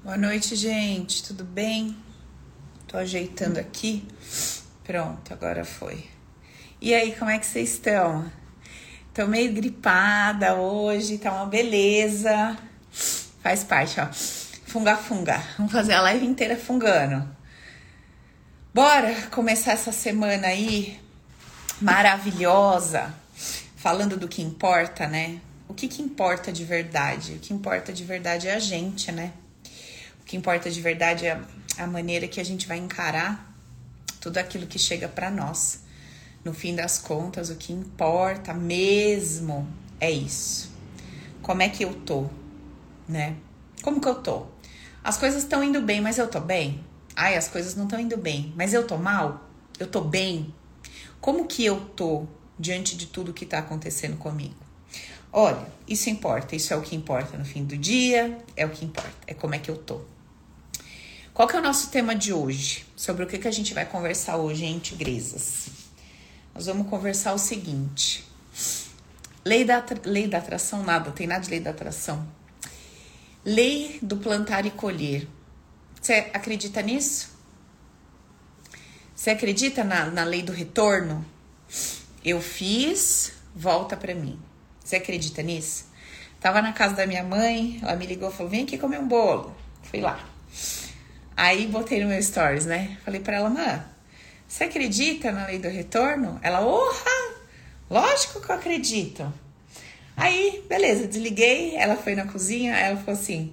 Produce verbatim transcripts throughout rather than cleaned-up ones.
Boa noite, gente. Tudo bem? Tô ajeitando aqui. Pronto, agora foi. E aí, como é que vocês estão? Tô meio gripada hoje, tá uma beleza. Faz parte, ó. Funga, funga. Vamos fazer a live inteira fungando. Bora começar essa semana aí maravilhosa, falando do que importa, né? O que que importa de verdade? O que importa de verdade é a gente, né? O que importa de verdade é a maneira que a gente vai encarar tudo aquilo que chega pra nós. No fim das contas, o que importa mesmo é isso. Como é que eu tô, né? Como que eu tô? As coisas estão indo bem, mas eu tô bem? Ai, as coisas não estão indo bem, mas eu tô mal? Eu tô bem? Como que eu tô diante de tudo que tá acontecendo comigo? Olha, isso importa, isso é o que importa no fim do dia, é o que importa, é como é que eu tô. Qual que é o nosso tema de hoje? Sobre o que, que a gente vai conversar hoje, hein, tigresas? Nós vamos conversar o seguinte. Lei da, lei da atração, nada, tem nada de lei da atração. Lei do plantar e colher. Você acredita nisso? Você acredita na, na lei do retorno? Eu fiz, volta pra mim. Você acredita nisso? Tava na casa da minha mãe, ela me ligou e falou, vem aqui comer um bolo. Fui lá. Aí botei no meu stories, né? Falei pra ela, mãe, você acredita na lei do retorno? Ela, orra! Lógico que eu acredito. Aí, beleza, desliguei, ela foi na cozinha, ela falou assim,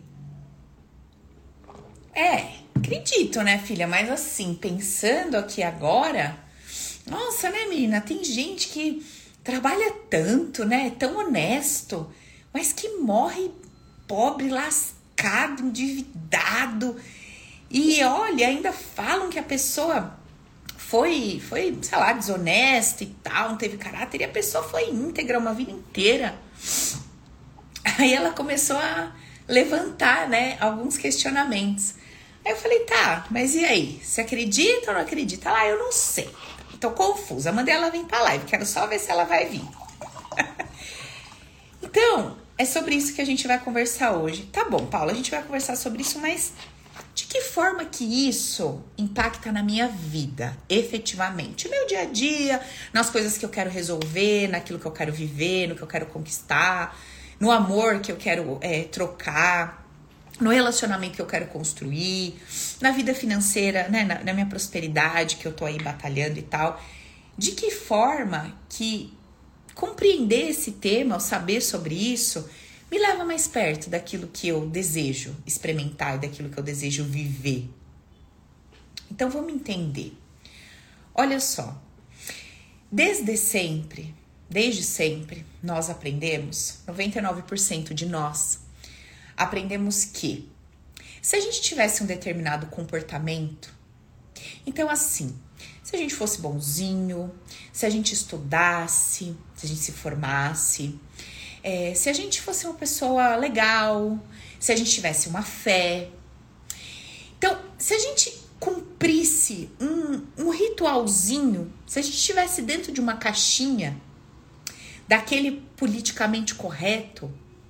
é, acredito, né, filha? Mas assim, pensando aqui agora, nossa, né, menina? Tem gente que trabalha tanto, né? Tão honesto, mas que morre pobre, lascado, endividado. E olha, ainda falam que a pessoa foi, foi, sei lá, desonesta e tal, não teve caráter, e a pessoa foi íntegra uma vida inteira. Aí ela começou a levantar, né, alguns questionamentos. Aí eu falei, tá, mas e aí? Você acredita ou não acredita? Ela, ah, eu não sei. Tô confusa. Mandei ela vir pra live, quero só ver se ela vai vir. Então, é sobre isso que a gente vai conversar hoje. Tá bom, Paula, a gente vai conversar sobre isso, mas de que forma que isso impacta na minha vida, efetivamente? No meu dia a dia, nas coisas que eu quero resolver, naquilo que eu quero viver, no que eu quero conquistar, no amor que eu quero é, trocar, no relacionamento que eu quero construir, na vida financeira, né, na, na minha prosperidade que eu tô aí batalhando e tal. De que forma que compreender esse tema, ou saber sobre isso, me leva mais perto daquilo que eu desejo experimentar e daquilo que eu desejo viver. Então vamos entender. Olha só, desde sempre, desde sempre, nós aprendemos, noventa e nove por cento de nós, aprendemos que se a gente tivesse um determinado comportamento, então assim, se a gente fosse bonzinho, se a gente estudasse, se a gente se formasse, É, se a gente fosse uma pessoa legal, se a gente tivesse uma fé. Então, se a gente cumprisse um, um ritualzinho, se a gente estivesse dentro de uma caixinha daquele politicamente correto,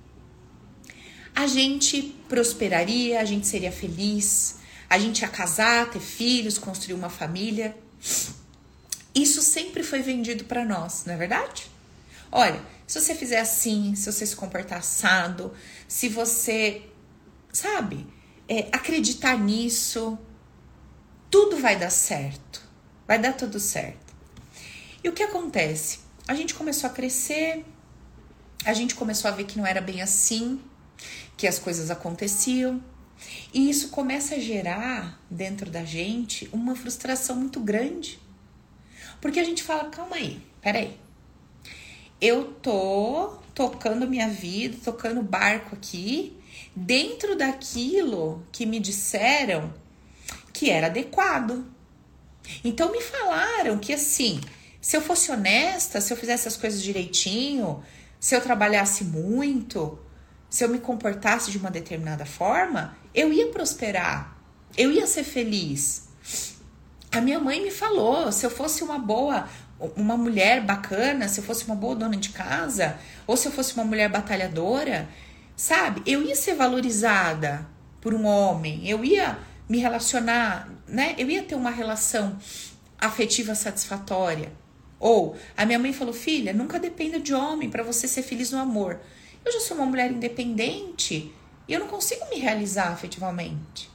a gente prosperaria, a gente seria feliz, a gente ia casar, ter filhos, construir uma família. Isso sempre foi vendido para nós, não é verdade? Olha, se você fizer assim, se você se comportar assado, se você, sabe, é, acreditar nisso, tudo vai dar certo. Vai dar tudo certo. E o que acontece? A gente começou a crescer, a gente começou a ver que não era bem assim, que as coisas aconteciam. E isso começa a gerar dentro da gente uma frustração muito grande. Porque a gente fala, calma aí, peraí. Eu tô tocando minha vida, tocando barco aqui, dentro daquilo que me disseram que era adequado. Então me falaram que assim, se eu fosse honesta, se eu fizesse as coisas direitinho, se eu trabalhasse muito, se eu me comportasse de uma determinada forma, eu ia prosperar, eu ia ser feliz. A minha mãe me falou, se eu fosse uma boa... uma mulher bacana, se eu fosse uma boa dona de casa, ou se eu fosse uma mulher batalhadora, sabe? Eu ia ser valorizada por um homem, eu ia me relacionar, né? Eu ia ter uma relação afetiva satisfatória. Ou a minha mãe falou, filha, nunca dependa de homem para você ser feliz no amor. Eu já sou uma mulher independente e eu não consigo me realizar afetivamente.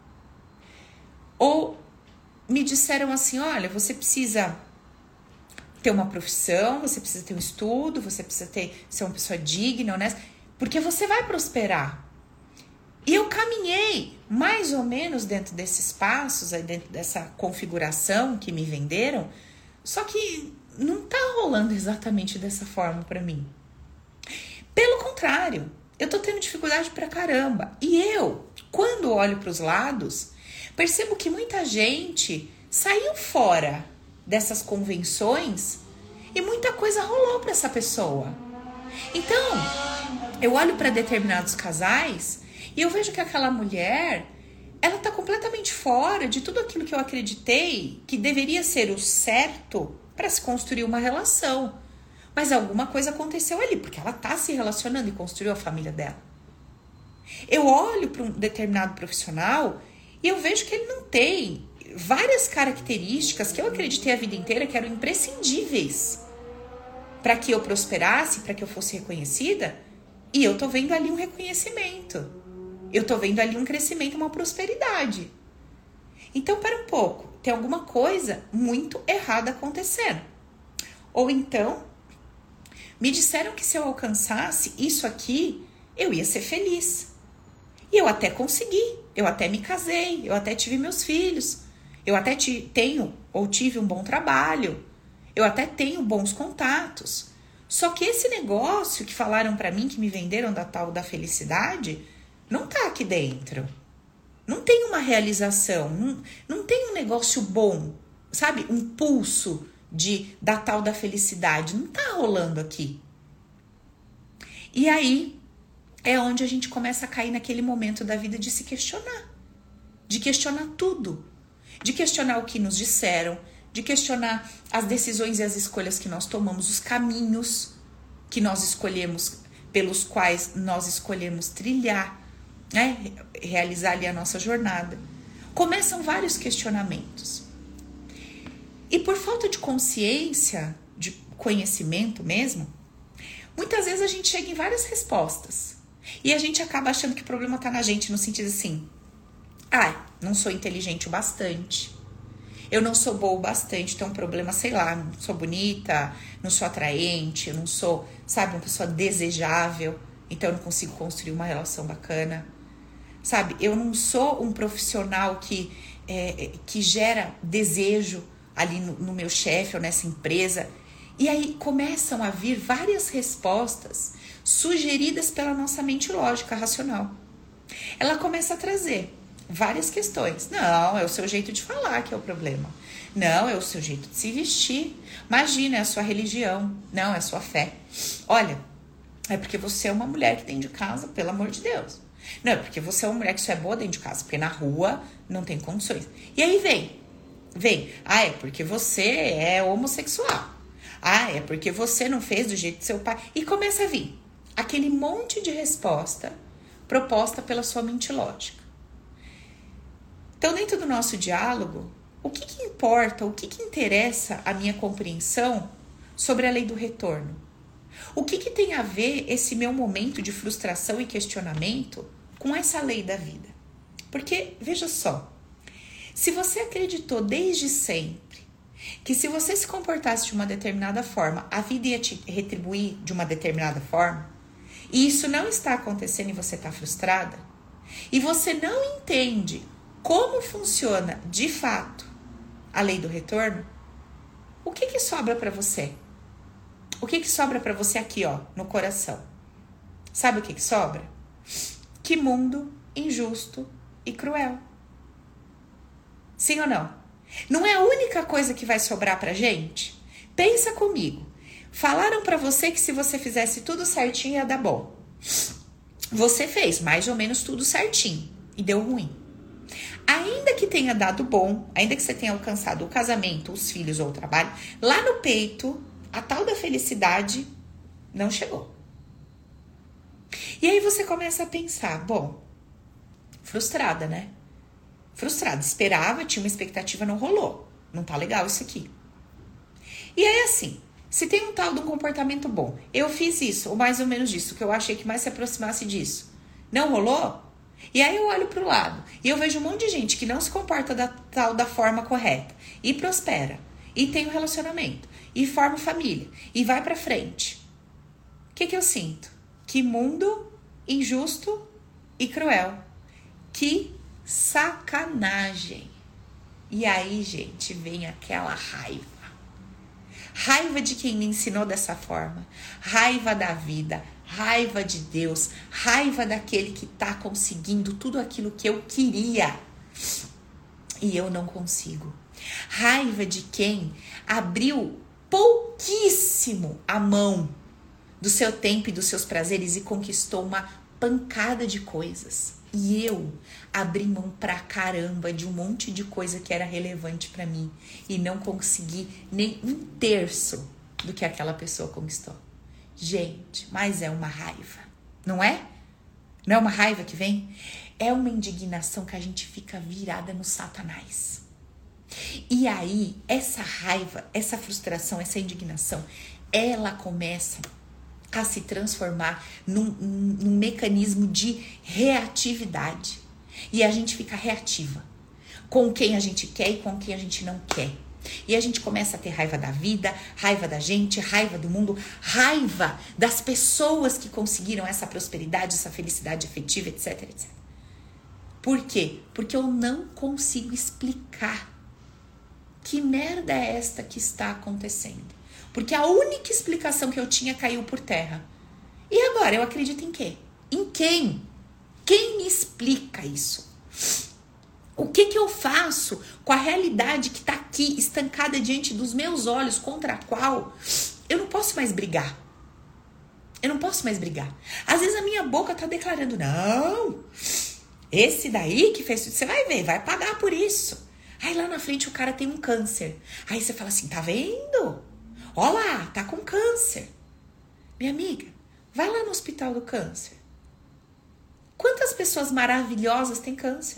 Ou me disseram assim, olha, você precisa ter uma profissão, você precisa ter um estudo, você precisa ter, ser uma pessoa digna, honesta, porque você vai prosperar. E eu caminhei mais ou menos dentro desses passos, aí dentro dessa configuração que me venderam, só que não tá rolando exatamente dessa forma pra mim. Pelo contrário, eu tô tendo dificuldade pra caramba. E eu, quando olho pros lados, percebo que muita gente saiu fora dessas convenções e muita coisa rolou pra essa pessoa. Então, eu olho pra determinados casais e eu vejo que aquela mulher, ela tá completamente fora de tudo aquilo que eu acreditei que deveria ser o certo para se construir uma relação. Mas alguma coisa aconteceu ali, porque ela tá se relacionando e construiu a família dela. Eu olho para um determinado profissional e eu vejo que ele não tem várias características que eu acreditei a vida inteira que eram imprescindíveis para que eu prosperasse, para que eu fosse reconhecida, e eu tô vendo ali um reconhecimento. Eu tô vendo ali um crescimento, uma prosperidade. Então, para um pouco, tem alguma coisa muito errada acontecendo. Ou então, me disseram que se eu alcançasse isso aqui, eu ia ser feliz. E eu até consegui, eu até me casei, eu até tive meus filhos, eu até tenho ou tive um bom trabalho, eu até tenho bons contatos. Só que esse negócio que falaram pra mim, que me venderam da tal da felicidade, não tá aqui dentro. Não tem uma realização, não, não tem um negócio bom, sabe? Um pulso de, da tal da felicidade. Não tá rolando aqui. E aí é onde a gente começa a cair naquele momento da vida de se questionar. De questionar tudo. De questionar o que nos disseram. De questionar as decisões e as escolhas que nós tomamos. Os caminhos que nós escolhemos, pelos quais nós escolhemos trilhar. Né? Realizar ali a nossa jornada. Começam vários questionamentos. E por falta de consciência, de conhecimento mesmo, muitas vezes a gente chega em várias respostas. E a gente acaba achando que o problema está na gente, no sentido assim, ah, não sou inteligente o bastante, eu não sou boa o bastante, então o problema, sei lá, não sou bonita, não sou atraente, eu não sou, sabe, uma pessoa desejável, então eu não consigo construir uma relação bacana. Sabe, eu não sou um profissional que, é, que gera desejo ali no, no meu chefe ou nessa empresa. E aí começam a vir várias respostas sugeridas pela nossa mente lógica, racional. Ela começa a trazer várias questões. Não, é o seu jeito de falar que é o problema. Não, é o seu jeito de se vestir. Imagina, é a sua religião. Não, é a sua fé. Olha, é porque você é uma mulher que tem de casa, pelo amor de Deus. Não, é porque você é uma mulher que só é boa dentro de casa, porque na rua não tem condições. E aí vem, vem, ah, é porque você é homossexual. Ah, é porque você não fez do jeito do seu pai. E começa a vir aquele monte de resposta proposta pela sua mente lógica. Então, dentro do nosso diálogo, o que que importa, o que que interessa a minha compreensão sobre a lei do retorno? O que que tem a ver esse meu momento de frustração e questionamento com essa lei da vida? Porque, veja só, se você acreditou desde sempre que se você se comportasse de uma determinada forma, a vida ia te retribuir de uma determinada forma, e isso não está acontecendo e você está frustrada, e você não entende como funciona de fato a lei do retorno, o que que sobra para você? O que que sobra para você aqui, ó, no coração? Sabe o que que sobra? Que mundo injusto e cruel. Sim ou não? Não é a única coisa que vai sobrar pra gente? Pensa comigo. Falaram pra você que se você fizesse tudo certinho ia dar bom. Você fez mais ou menos tudo certinho e deu ruim. Ainda que tenha dado bom, ainda que você tenha alcançado o casamento, os filhos ou o trabalho, lá no peito, a tal da felicidade não chegou. E aí você começa a pensar, bom, Frustrada, né? Frustrada. Esperava, tinha uma expectativa, não rolou. Não tá legal isso aqui. E aí, assim, se tem um tal de um comportamento bom, eu fiz isso, ou mais ou menos disso, que eu achei que mais se aproximasse disso. Não rolou? E aí eu olho pro lado e eu vejo um monte de gente que não se comporta da tal da forma correta e prospera, e tem um relacionamento, e forma família, e vai pra frente. O que que eu sinto? Que mundo injusto e cruel. Que sacanagem. E aí, gente, vem aquela raiva. Raiva de quem me ensinou dessa forma. Raiva da vida. Raiva de Deus. Raiva daquele que tá conseguindo tudo aquilo que eu queria. E eu não consigo. Raiva de quem abriu pouquíssimo a mão do seu tempo e dos seus prazeres e conquistou uma pancada de coisas. E eu abri mão pra caramba de um monte de coisa que era relevante pra mim e não consegui nem um terço do que aquela pessoa conquistou. Gente, mas é uma raiva, não é? Não é uma raiva que vem? É uma indignação que a gente fica virada no Satanás. E aí, essa raiva, essa frustração, essa indignação, ela começa a se transformar num, num mecanismo de reatividade. E a gente fica reativa com quem a gente quer e com quem a gente não quer. E a gente começa a ter raiva da vida, raiva da gente, raiva do mundo, raiva das pessoas que conseguiram essa prosperidade, essa felicidade afetiva, etc, etcétera. Por quê? Porque eu não consigo explicar que merda é esta que está acontecendo. Porque a única explicação que eu tinha caiu por terra. E agora, eu acredito em quê? Em quem? Quem me explica isso? O que que eu faço com a realidade que está aqui, estancada diante dos meus olhos, contra a qual eu não posso mais brigar? Eu não posso mais brigar. Às vezes a minha boca tá declarando, não, esse daí que fez tudo, você vai ver, vai pagar por isso. Aí lá na frente o cara tem um câncer. Aí você fala assim, tá vendo? Ó lá, tá com câncer. Minha amiga, vai lá no hospital do câncer. Quantas pessoas maravilhosas têm câncer?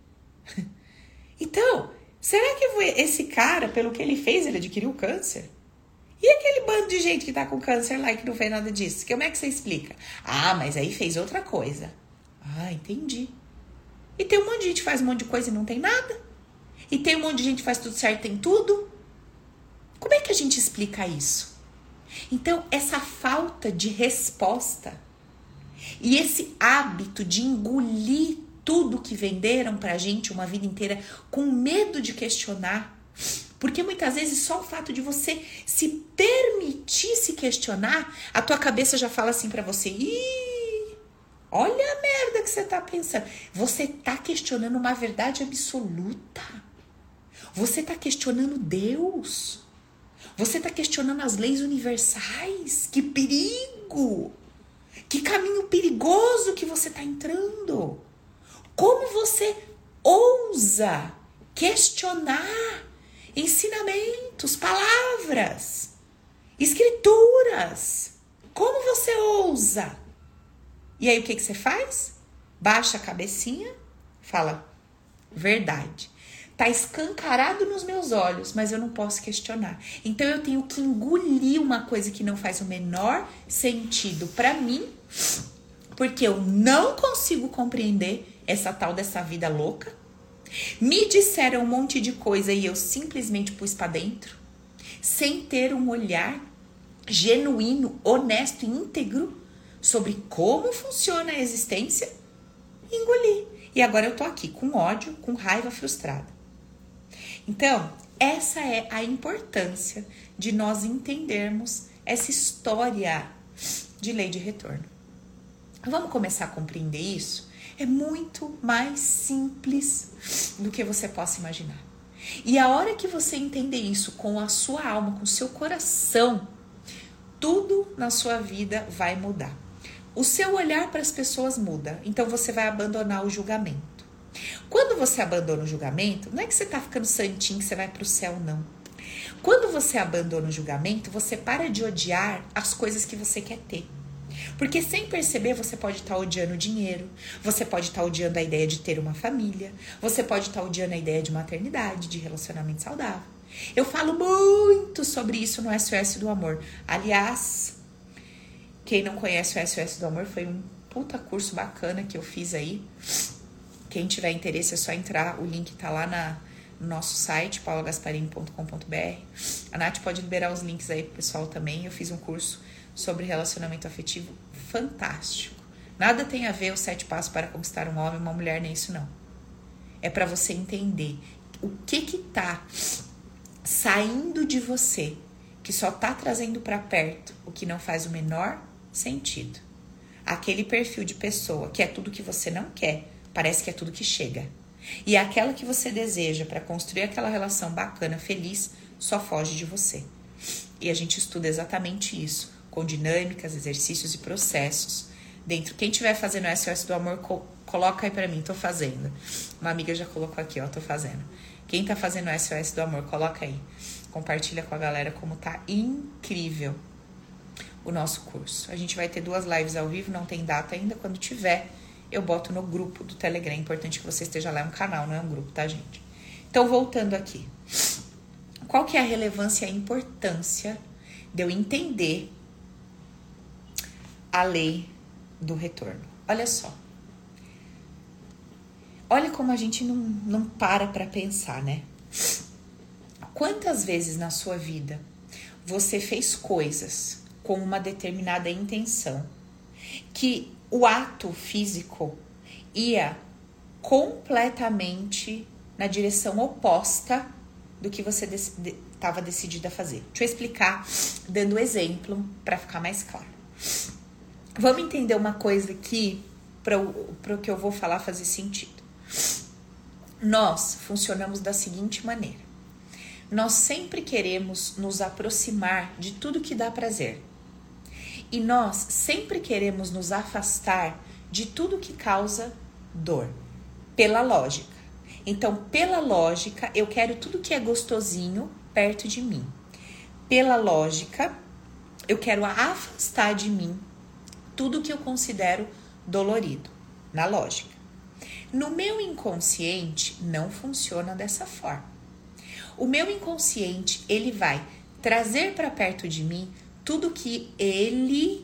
Então, será que esse cara, pelo que ele fez, ele adquiriu câncer? E aquele bando de gente que tá com câncer lá e que não fez nada disso? Como é que você explica? Ah, mas aí fez outra coisa. Ah, entendi. E tem um monte de gente que faz um monte de coisa e não tem nada. E tem um monte de gente que faz tudo certo e tem tudo. Como é que a gente explica isso? Então, essa falta de resposta e esse hábito de engolir tudo que venderam pra gente uma vida inteira com medo de questionar, porque muitas vezes só o fato de você se permitir se questionar, a tua cabeça já fala assim pra você, ih, olha a merda que você tá pensando. Você tá questionando uma verdade absoluta. Você tá questionando Deus. Você está questionando as leis universais. Que perigo! Que caminho perigoso que você está entrando. Como você ousa questionar ensinamentos, palavras, escrituras? Como você ousa? E aí o que, que você faz? Baixa a cabecinha, fala, verdade. Tá escancarado nos meus olhos, mas eu não posso questionar. Então eu tenho que engolir uma coisa que não faz o menor sentido para mim, porque eu não consigo compreender essa tal dessa vida louca. Me disseram um monte de coisa e eu simplesmente pus para dentro, sem ter um olhar genuíno, honesto e íntegro sobre como funciona a existência. Engoli. E agora eu tô aqui com ódio, com raiva, frustrada. Então, essa é a importância de nós entendermos essa história de lei de retorno. Vamos começar a compreender isso? É muito mais simples do que você possa imaginar. E a hora que você entender isso com a sua alma, com o seu coração, tudo na sua vida vai mudar. O seu olhar para as pessoas muda, então você vai abandonar o julgamento. Quando você abandona o julgamento, não é que você tá ficando santinho que você vai pro céu, não. Quando você abandona o julgamento, você para de odiar as coisas que você quer ter. Porque sem perceber, você pode estar odiando o dinheiro, você pode estar odiando a ideia de ter uma família, você pode estar odiando a ideia de maternidade, de relacionamento saudável. Eu falo muito sobre isso no S O S do Amor. Aliás, quem não conhece o S O S do Amor, foi um puta curso bacana que eu fiz aí. Quem tiver interesse é só entrar, o link tá lá na, no nosso site, paula gasparini ponto com ponto b r. A Nath pode liberar os links aí pro pessoal também. Eu fiz um curso sobre relacionamento afetivo fantástico. Nada tem a ver os sete passos para conquistar um homem, uma mulher, nem isso não. É para você entender o que que tá saindo de você, que só tá trazendo para perto o que não faz o menor sentido. Aquele perfil de pessoa que é tudo que você não quer, parece que é tudo que chega. E aquela que você deseja para construir aquela relação bacana, feliz, só foge de você. E a gente estuda exatamente isso, com dinâmicas, exercícios e processos. Dentro, quem estiver fazendo S O S do Amor, co- coloca aí pra mim, tô fazendo. Uma amiga já colocou aqui, ó, tô fazendo. Quem tá fazendo S O S do Amor, coloca aí. Compartilha com a galera como tá incrível o nosso curso. A gente vai ter duas lives ao vivo, não tem data ainda. Quando tiver, eu boto no grupo do Telegram. É importante que você esteja lá, é um canal, não é um grupo, tá, gente? Então, voltando aqui. Qual que é a relevância e a importância de eu entender a lei do retorno? Olha só. Olha como a gente não, não para para pensar, né? Quantas vezes na sua vida você fez coisas com uma determinada intenção que o ato físico ia completamente na direção oposta do que você estava decidida a fazer? Deixa eu explicar dando exemplo para ficar mais claro. Vamos entender uma coisa aqui para o que eu vou falar fazer sentido. Nós funcionamos da seguinte maneira. Nós sempre queremos nos aproximar de tudo que dá prazer. E nós sempre queremos nos afastar de tudo que causa dor. Pela lógica. Então, pela lógica, eu quero tudo que é gostosinho perto de mim. Pela lógica, eu quero afastar de mim tudo que eu considero dolorido, na lógica. No meu inconsciente, não funciona dessa forma. O meu inconsciente, ele vai trazer para perto de mim tudo que ele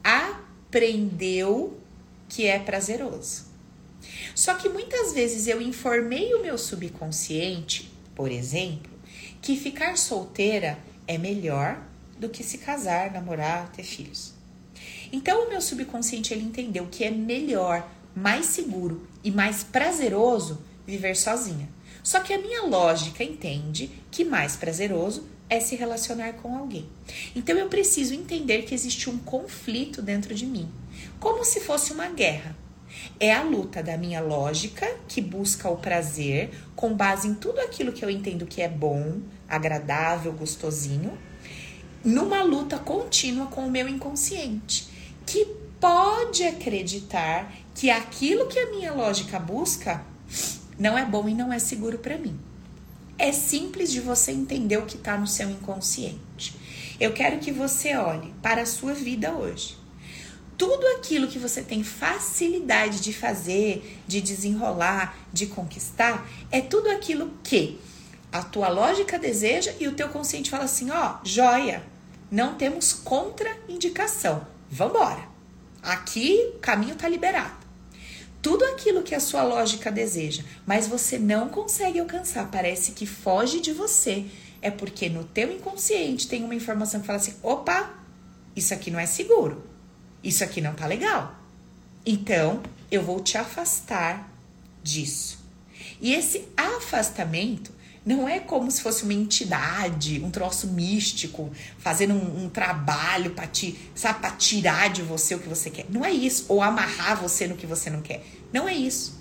aprendeu que é prazeroso. Só que muitas vezes eu informei o meu subconsciente, por exemplo, que ficar solteira é melhor do que se casar, namorar, ter filhos. Então o meu subconsciente ele entendeu que é melhor, mais seguro e mais prazeroso viver sozinha. Só que a minha lógica entende que mais prazeroso é se relacionar com alguém. Então eu preciso entender que existe um conflito dentro de mim, como se fosse uma guerra. É a luta da minha lógica que busca o prazer com base em tudo aquilo que eu entendo que é bom, agradável, gostosinho, numa luta contínua com o meu inconsciente, que pode acreditar que aquilo que a minha lógica busca não é bom e não é seguro para mim. É simples de você entender o que está no seu inconsciente. Eu quero que você olhe para a sua vida hoje. Tudo aquilo que você tem facilidade de fazer, de desenrolar, de conquistar, é tudo aquilo que a tua lógica deseja e o teu consciente fala assim, ó, joia, não temos contraindicação, vambora. Aqui o caminho tá liberado. Tudo aquilo que a sua lógica deseja, mas você não consegue alcançar, parece que foge de você, é porque no teu inconsciente tem uma informação que fala assim, opa, isso aqui não é seguro, isso aqui não tá legal. Então, eu vou te afastar disso. E esse afastamento não é como se fosse uma entidade, um troço místico, fazendo um, um trabalho para te, sabe, para tirar de você o que você quer. Não é isso. Ou amarrar você no que você não quer. Não é isso.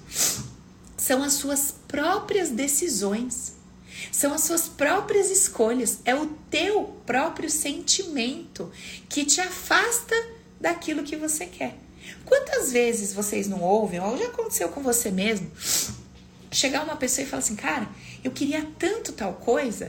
São as suas próprias decisões. São as suas próprias escolhas. É o teu próprio sentimento que te afasta daquilo que você quer. Quantas vezes vocês não ouvem, ou já aconteceu com você mesmo, chegar uma pessoa e falar assim, cara, eu queria tanto tal coisa,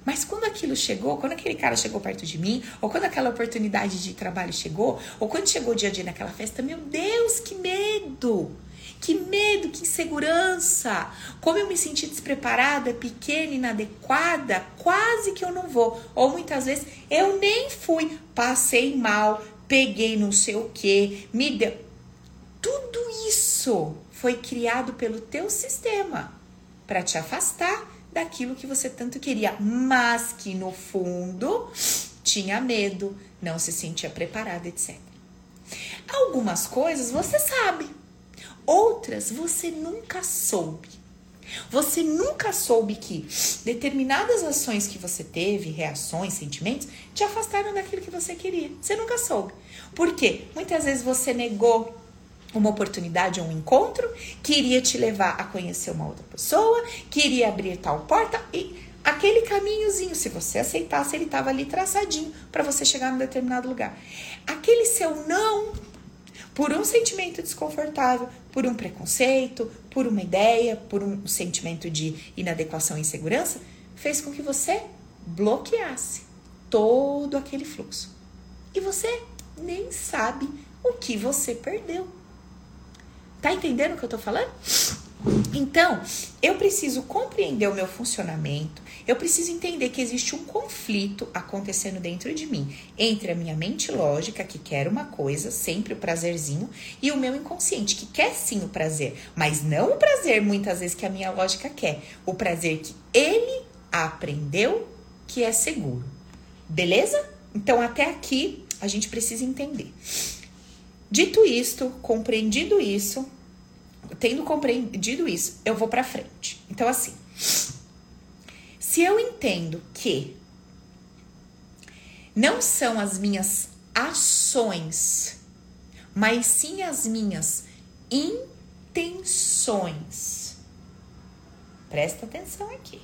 Mas quando aquilo chegou, quando aquele cara chegou perto de mim, ou quando aquela oportunidade de trabalho chegou, ou quando chegou o dia a dia naquela festa, meu Deus, que medo! Que medo, que insegurança! Como eu me senti despreparada, pequena, inadequada, quase que eu não vou. Ou muitas vezes eu nem fui, passei mal, peguei não sei o que, me deu. Tudo isso foi criado pelo teu sistema para te afastar daquilo que você tanto queria, mas que no fundo tinha medo, não se sentia preparada, etcétera. Algumas coisas você sabe, outras você nunca soube. Você nunca soube que determinadas ações que você teve, reações, sentimentos, te afastaram daquilo que você queria. Você nunca soube. Por quê? Muitas vezes você negou uma oportunidade ou um encontro que iria te levar a conhecer uma outra pessoa, que iria abrir tal porta e aquele caminhozinho, se você aceitasse, ele estava ali traçadinho para você chegar num determinado lugar. Aquele seu não, por um sentimento desconfortável, por um preconceito, por uma ideia, por um sentimento de inadequação e insegurança, fez com que você bloqueasse todo aquele fluxo. E você nem sabe o que você perdeu. Tá entendendo o que eu tô falando? Então, eu preciso compreender o meu funcionamento, eu preciso entender que existe um conflito acontecendo dentro de mim, entre a minha mente lógica, que quer uma coisa, sempre o prazerzinho, e o meu inconsciente, que quer sim o prazer, mas não o prazer muitas vezes que a minha lógica quer, o prazer que ele aprendeu que é seguro. Beleza? Então, até aqui, a gente precisa entender. Dito isto, compreendido isso, tendo compreendido isso, eu vou pra frente. Então, assim, se eu entendo que não são as minhas ações, mas sim as minhas intenções, presta atenção aqui.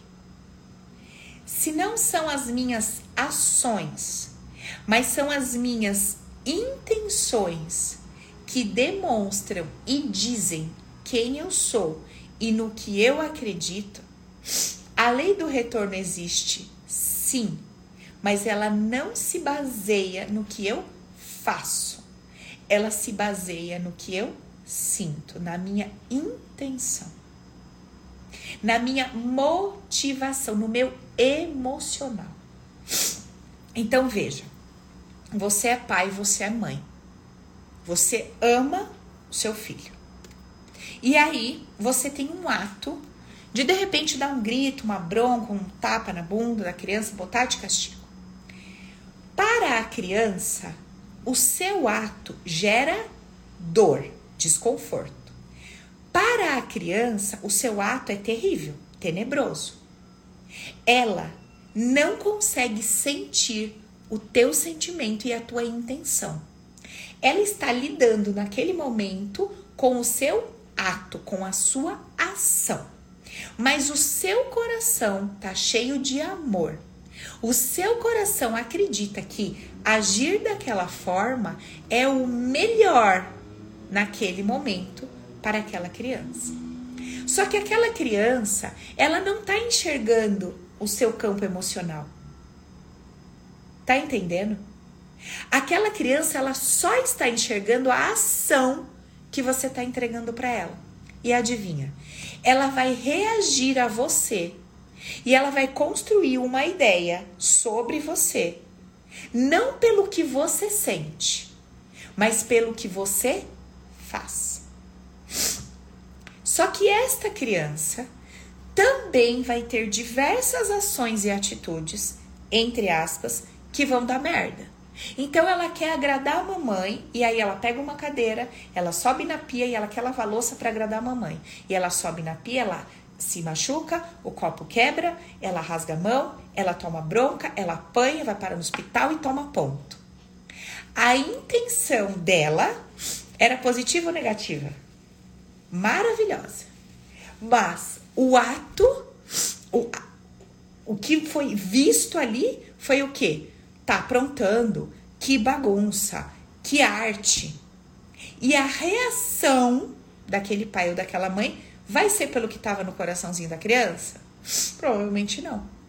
Se não são as minhas ações, mas são as minhas intenções que demonstram e dizem quem eu sou e no que eu acredito, a lei do retorno existe, sim, mas ela não se baseia no que eu faço. Ela se baseia no que eu sinto, na minha intenção, na minha motivação, no meu emocional. Então, veja. Você é pai, você é mãe. Você ama o seu filho. E aí, você tem um ato de, de repente, dar um grito, uma bronca, um tapa na bunda da criança, botar de castigo. Para a criança, o seu ato gera dor, desconforto. Para a criança, o seu ato é terrível, tenebroso. Ela não consegue sentir o teu sentimento e a tua intenção. Ela está lidando naquele momento com o seu ato, com a sua ação. Mas o seu coração está cheio de amor. O seu coração acredita que agir daquela forma é o melhor naquele momento para aquela criança. Só que aquela criança, ela não está enxergando o seu campo emocional. Tá entendendo? Aquela criança, ela só está enxergando a ação que você está entregando para ela. E adivinha? Ela vai reagir a você e ela vai construir uma ideia sobre você, não pelo que você sente, mas pelo que você faz. Só que esta criança também vai ter diversas ações e atitudes, entre aspas, que vão dar merda. Então ela quer agradar a mamãe e aí ela pega uma cadeira, ela sobe na pia e ela quer lavar a louça para agradar a mamãe. E ela sobe na pia, ela se machuca, o copo quebra, ela rasga a mão, ela toma bronca, ela apanha, vai parar no hospital e toma ponto. A intenção dela era positiva ou negativa? Maravilhosa. Mas o ato, o, o que foi visto ali foi o quê? Tá aprontando, que bagunça, que arte. E a reação daquele pai ou daquela mãe vai ser pelo que estava no coraçãozinho da criança? Provavelmente não.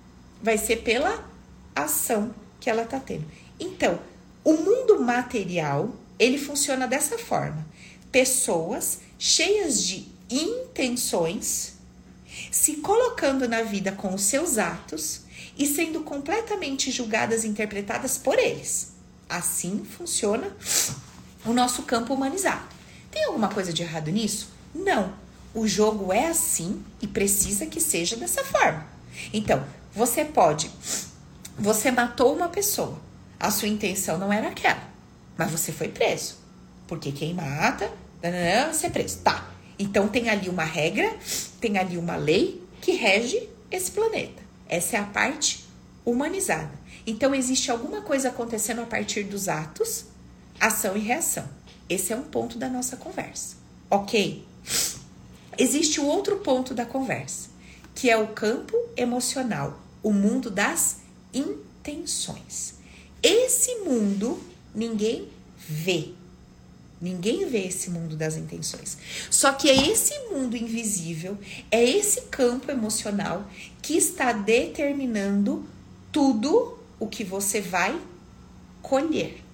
vai ser pela ação que ela tá tendo. Então, o mundo material, ele funciona dessa forma. Pessoas cheias de intenções, se colocando na vida com os seus atos e sendo completamente julgadas e interpretadas por eles. Assim funciona o nosso campo humanizado. Tem alguma coisa de errado nisso? Não. O jogo é assim e precisa que seja dessa forma. Então, você pode... Você matou uma pessoa. A sua intenção não era aquela. Mas você foi preso. Porque quem mata... Você é preso. Tá. Então, tem ali uma regra, tem ali uma lei que rege esse planeta. Essa é a parte humanizada. Então, existe alguma coisa acontecendo a partir dos atos, ação e reação. Esse é um ponto da nossa conversa. Ok? Existe o outro ponto da conversa, que é o campo emocional, o mundo das intenções. Esse mundo ninguém vê. Ninguém vê esse mundo das intenções. Só que é esse mundo invisível, é esse campo emocional que está determinando tudo o que você vai colher.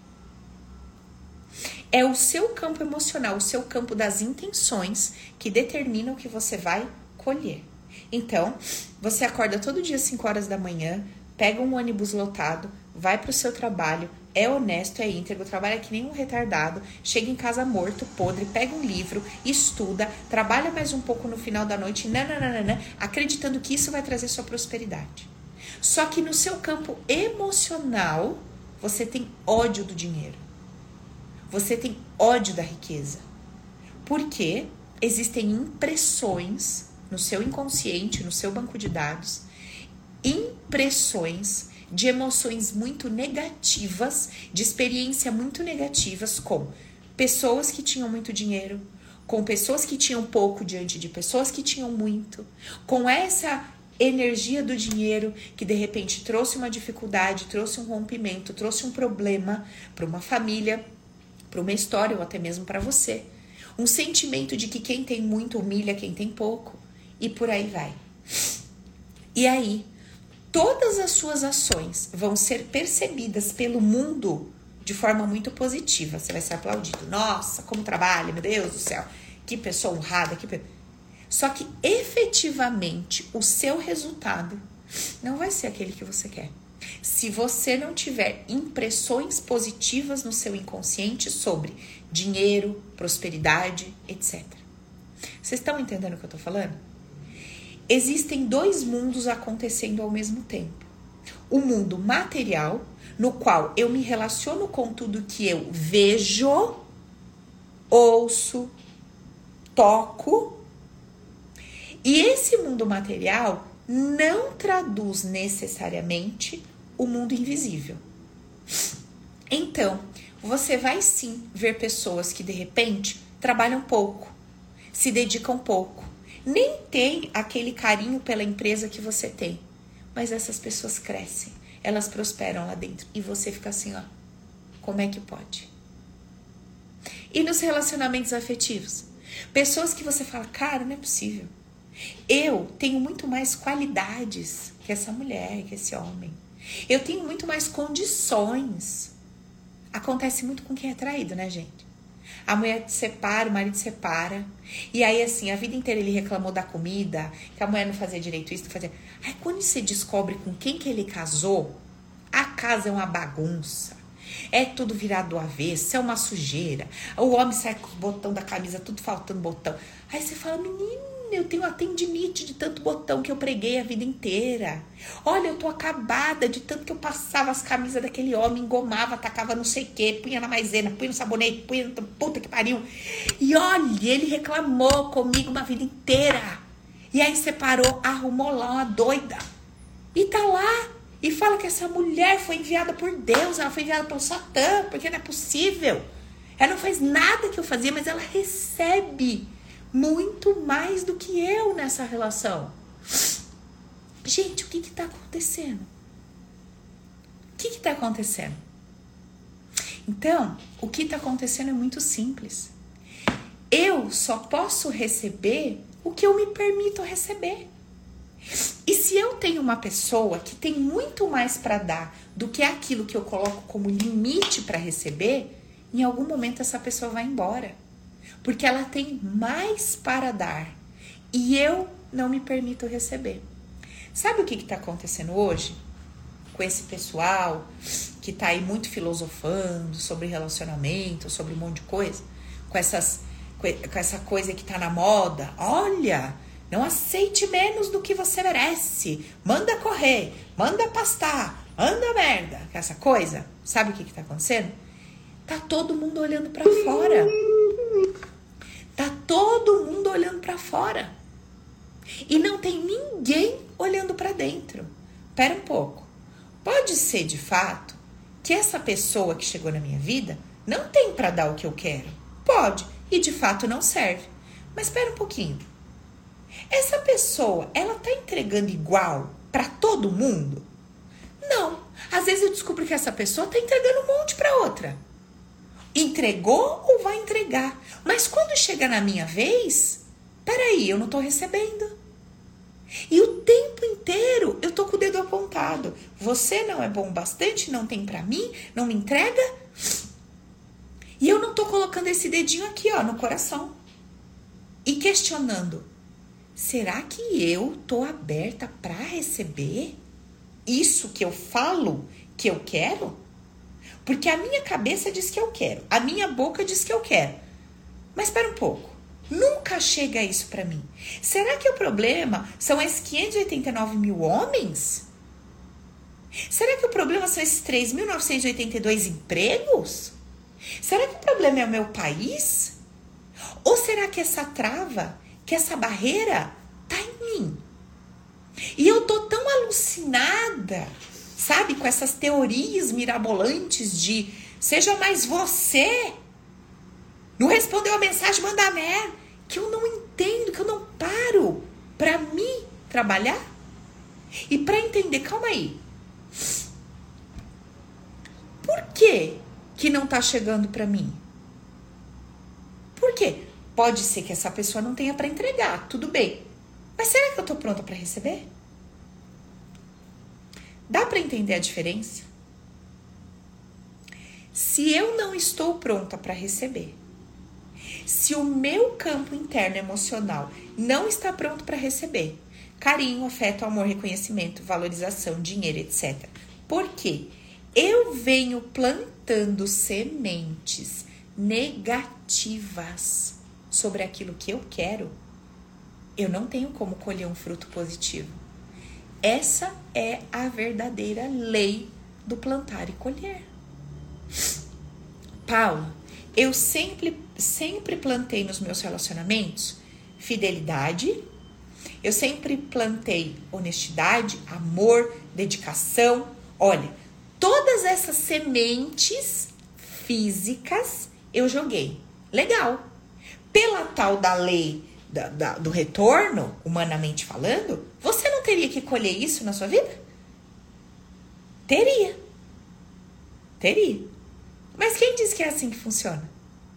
É o seu campo emocional, o seu campo das intenções que determina o que você vai colher. Então, você acorda todo dia às cinco horas da manhã, pega um ônibus lotado, vai para o seu trabalho, é honesto, é íntegro, trabalha que nem um retardado, chega em casa morto, podre, pega um livro, estuda, trabalha mais um pouco no final da noite, nananana, acreditando que isso vai trazer sua prosperidade. Só que no seu campo emocional, você tem ódio do dinheiro. Você tem ódio da riqueza. Porque existem impressões no seu inconsciente, no seu banco de dados, impressões de emoções muito negativas, de experiência muito negativas com pessoas que tinham muito dinheiro, com pessoas que tinham pouco diante de pessoas que tinham muito, com essa energia do dinheiro que de repente trouxe uma dificuldade, trouxe um rompimento, trouxe um problema para uma família, para uma história ou até mesmo para você. Um sentimento de que quem tem muito humilha quem tem pouco e por aí vai. E aí, todas as suas ações vão ser percebidas pelo mundo de forma muito positiva. Você vai ser aplaudido. Nossa, como trabalha, meu Deus do céu. Que pessoa honrada. Que pe... Só que efetivamente o seu resultado não vai ser aquele que você quer. Se você não tiver impressões positivas no seu inconsciente sobre dinheiro, prosperidade, etcétera. Vocês estão entendendo o que eu tô falando? Existem dois mundos acontecendo ao mesmo tempo. O mundo material, no qual eu me relaciono com tudo que eu vejo, ouço, toco. E esse mundo material não traduz necessariamente o mundo invisível. Então, você vai sim ver pessoas que de repente trabalham pouco, se dedicam pouco, nem tem aquele carinho pela empresa que você tem, mas essas pessoas crescem, elas prosperam lá dentro e você fica assim, ó, como é que pode? E nos relacionamentos afetivos, pessoas que você fala, cara, não é possível. Eu tenho muito mais qualidades que essa mulher, que esse homem. Eu tenho muito mais condições. Acontece muito com quem é traído, né, gente? A mulher se separa, o marido se separa. E aí, assim, a vida inteira ele reclamou da comida, que a mulher não fazia direito isso, não fazia... Aí, quando você descobre com quem que ele casou, a casa é uma bagunça. É tudo virado do avesso, é uma sujeira. O homem sai com o botão da camisa, tudo faltando botão. Aí você fala, menino, eu tenho uma tendinite de tanto botão que eu preguei a vida inteira. Olha, eu tô acabada de tanto que eu passava as camisas daquele homem, engomava, tacava não sei o quê, punha na maisena, punha no sabonete, punha no... Puta que pariu. E olha, ele reclamou comigo uma vida inteira. E aí separou, arrumou lá uma doida. E tá lá. E fala que essa mulher foi enviada por Deus, ela foi enviada pelo Satã, porque não é possível. Ela não faz nada que eu fazia, mas ela recebe muito mais do que eu nessa relação. Gente, o que que tá acontecendo? O que que tá acontecendo? Então, o que tá acontecendo é muito simples. Eu só posso receber o que eu me permito receber. E se eu tenho uma pessoa que tem muito mais para dar do que aquilo que eu coloco como limite para receber, em algum momento essa pessoa vai embora. Porque ela tem mais para dar e eu não me permito receber. Sabe o que está acontecendo hoje? Com esse pessoal que tá aí muito filosofando sobre relacionamento, sobre um monte de coisa, com, essas, com essa coisa que tá na moda. Olha, não aceite menos do que você merece. Manda correr, manda pastar, manda merda. Essa coisa, sabe o que que tá acontecendo? Tá todo mundo olhando pra fora. Tá todo mundo olhando pra fora. E não tem ninguém olhando pra dentro. Pera um pouco. Pode ser, de fato, que essa pessoa que chegou na minha vida não tem pra dar o que eu quero. Pode. E, de fato, não serve. Mas espera um pouquinho. Essa pessoa, ela tá entregando igual pra todo mundo? Não. Às vezes eu descubro que essa pessoa tá entregando um monte pra outra. Entregou ou vai entregar? Mas quando chega na minha vez, peraí, eu não tô recebendo. E o tempo inteiro eu tô com o dedo apontado. Você não é bom bastante, não tem pra mim, não me entrega. E eu não tô colocando esse dedinho aqui, ó, no coração. E questionando, será que eu tô aberta pra receber isso que eu falo que eu quero? Porque a minha cabeça diz que eu quero, a minha boca diz que eu quero. Mas espera um pouco. Nunca chega isso pra mim. Será que o problema são esses quinhentos e oitenta e nove mil homens? Será que o problema são esses três mil novecentos e oitenta e dois empregos? Será que o problema é o meu país? Ou será que essa trava, que essa barreira tá em mim? E eu tô tão alucinada, sabe, com essas teorias mirabolantes de seja mais você. Não respondeu a mensagem, manda a merda. Que eu não entendo, que eu não paro pra mim trabalhar. E pra entender, calma aí. Por que que não tá chegando pra mim? Por quê? Pode ser que essa pessoa não tenha pra entregar, tudo bem. Mas será que eu tô pronta pra receber? Dá pra entender a diferença? Se eu não estou pronta pra receber, se o meu campo interno emocional não está pronto para receber carinho, afeto, amor, reconhecimento, valorização, dinheiro, etcétera. Por quê? Eu venho plantando sementes negativas sobre aquilo que eu quero. Eu não tenho como colher um fruto positivo. Essa é a verdadeira lei do plantar e colher. Paula, eu sempre, sempre plantei nos meus relacionamentos fidelidade, eu sempre plantei honestidade, amor, dedicação. Olha, todas essas sementes físicas eu joguei. Legal. Pela tal da lei da, da, do retorno, humanamente falando, você não teria que colher isso na sua vida? Teria. Teria. Mas quem diz que é assim que funciona?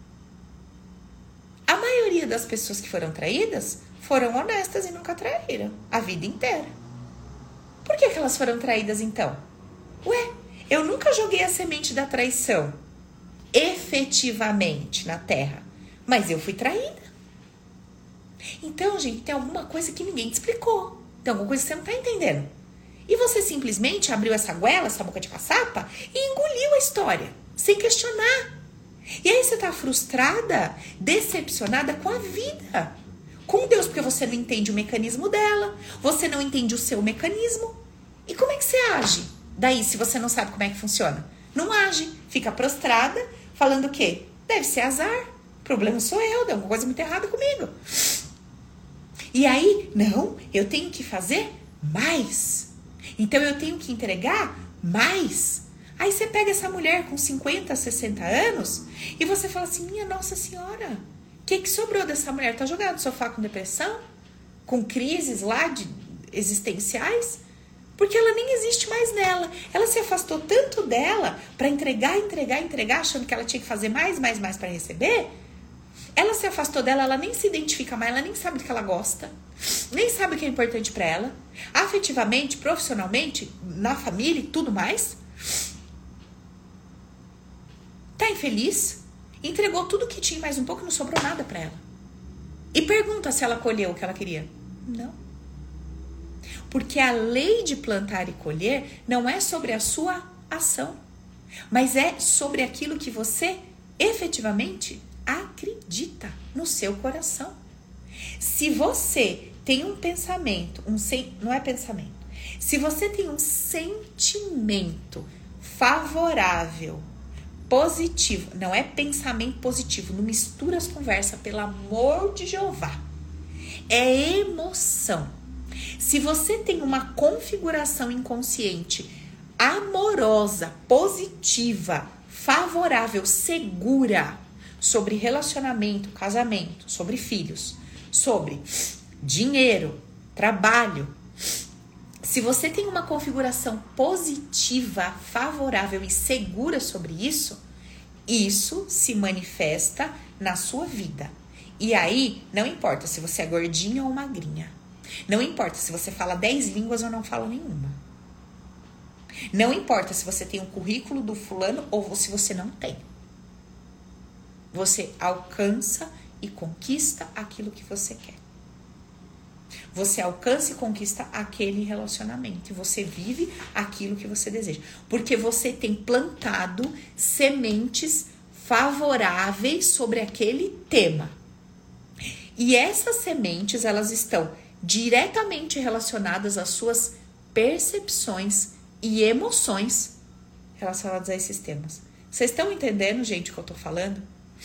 A maioria das pessoas que foram traídas foram honestas e nunca traíram a vida inteira. Por que que elas foram traídas então? Ué, eu nunca joguei a semente da traição efetivamente na terra, mas eu fui traída. Então, gente, tem alguma coisa que ninguém te explicou. Tem alguma coisa que você não tá entendendo. E você simplesmente abriu essa goela, essa boca de caçapa e engoliu a história, sem questionar. E aí você tá frustrada, decepcionada com a vida, com Deus, porque você não entende o mecanismo dela, você não entende o seu mecanismo. E como é que você age? Daí, se você não sabe como é que funciona, não age, fica prostrada, falando o quê? Deve ser azar, o problema sou eu, tem alguma coisa muito errada comigo. E aí, não, eu tenho que fazer mais. Então eu tenho que entregar mais. Aí você pega essa mulher com cinquenta, sessenta anos e você fala assim, minha Nossa Senhora, o que que sobrou dessa mulher? Tá jogada no sofá com depressão? Com crises lá de existenciais? Porque ela nem existe mais nela. Ela se afastou tanto dela para entregar, entregar, entregar, achando que ela tinha que fazer mais, mais, mais para receber. Ela se afastou dela, ela nem se identifica mais, ela nem sabe do que ela gosta. nem sabe o que é importante para ela, afetivamente, profissionalmente, na família e tudo mais. Tá infeliz, entregou tudo que tinha, mais um pouco, não sobrou nada para ela. E pergunta se ela colheu o que ela queria. Não. Porque a lei de plantar e colher não é sobre a sua ação, mas é sobre aquilo que você efetivamente acredita no seu coração. Se você tem um pensamento, um sen... não é pensamento, se você tem um sentimento favorável, positivo, não é pensamento positivo, não mistura as conversas, pelo amor de Jeová, é emoção. Se você tem uma configuração inconsciente amorosa, positiva, favorável, segura sobre relacionamento, casamento, sobre filhos, sobre dinheiro, trabalho, se você tem uma configuração positiva, favorável e segura sobre isso, isso se manifesta na sua vida. E aí, não importa se você é gordinha ou magrinha. Não importa se você fala dez línguas ou não fala nenhuma. Não importa se você tem um currículo do fulano ou se você não tem. Você alcança e conquista aquilo que você quer. Você alcança e conquista aquele relacionamento. E você vive aquilo que você deseja. Porque você tem plantado sementes favoráveis sobre aquele tema. E essas sementes, elas estão diretamente relacionadas às suas percepções e emoções relacionadas a esses temas. Vocês estão entendendo, gente, o que eu tô falando?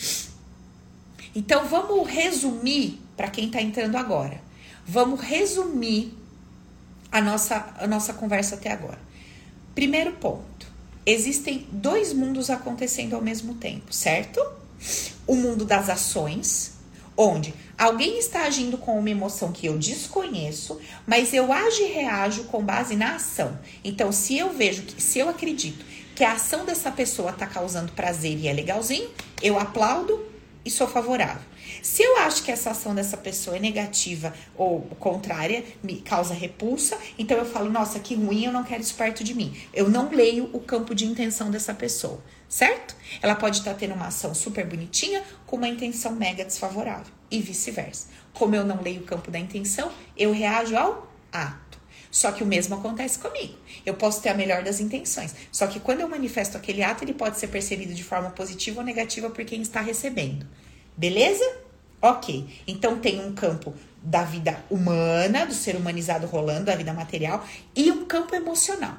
Então, vamos resumir para quem tá entrando agora. Vamos resumir a nossa, a nossa conversa até agora. Primeiro ponto. Existem dois mundos acontecendo ao mesmo tempo, certo? O mundo das ações, onde alguém está agindo com uma emoção que eu desconheço, mas eu ajo e reajo com base na ação. Então, se eu vejo, que, se eu acredito que a ação dessa pessoa está causando prazer e é legalzinho, eu aplaudo e sou favorável. Se eu acho que essa ação dessa pessoa é negativa ou contrária, me causa repulsa, então eu falo, nossa, que ruim, eu não quero isso perto de mim. Eu não leio o campo de intenção dessa pessoa, certo? Ela pode estar tendo uma ação super bonitinha com uma intenção mega desfavorável e vice-versa. Como eu não leio o campo da intenção, eu reajo ao ato. Só que o mesmo acontece comigo. Eu posso ter a melhor das intenções. Só que quando eu manifesto aquele ato, ele pode ser percebido de forma positiva ou negativa por quem está recebendo. Beleza? Ok. Então tem um campo da vida humana, do ser humanizado rolando, da vida material, e um campo emocional.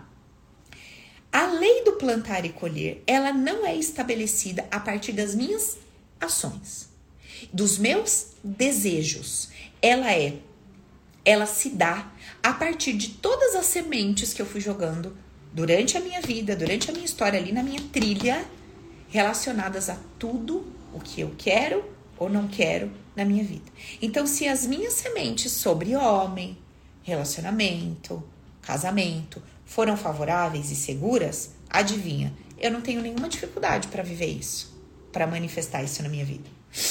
A lei do plantar e colher, ela não é estabelecida a partir das minhas ações, dos meus desejos. Ela é, ela se dá a partir de todas as sementes que eu fui jogando durante a minha vida, durante a minha história, ali na minha trilha, relacionadas a tudo o que eu quero ou não quero na minha vida. Então, se as minhas sementes sobre homem, relacionamento, casamento foram favoráveis e seguras, adivinha, eu não tenho nenhuma dificuldade para viver isso, para manifestar isso na minha vida.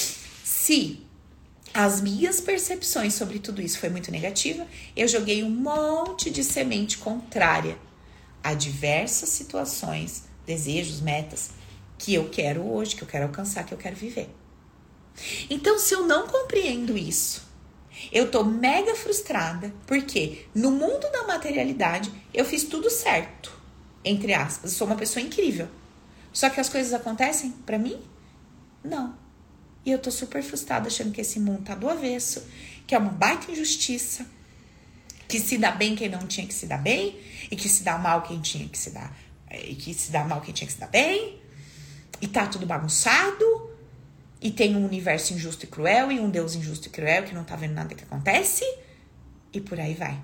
Se as minhas percepções sobre tudo isso foi muito negativa, eu joguei um monte de semente contrária a diversas situações, desejos, metas que eu quero hoje, que eu quero alcançar, que eu quero viver. Então, se eu não compreendo isso, eu tô mega frustrada, porque no mundo da materialidade eu fiz tudo certo, entre aspas, eu sou uma pessoa incrível. Só que as coisas acontecem pra mim? Não. E eu tô super frustrada, achando que esse mundo tá do avesso, que é uma baita injustiça, que se dá bem quem não tinha que se dar bem, e que se dá mal quem tinha que se dar, e que se dá mal quem tinha que se dar bem, e tá tudo bagunçado, e tem um universo injusto e cruel, e um Deus injusto e cruel que não tá vendo nada que acontece, e por aí vai.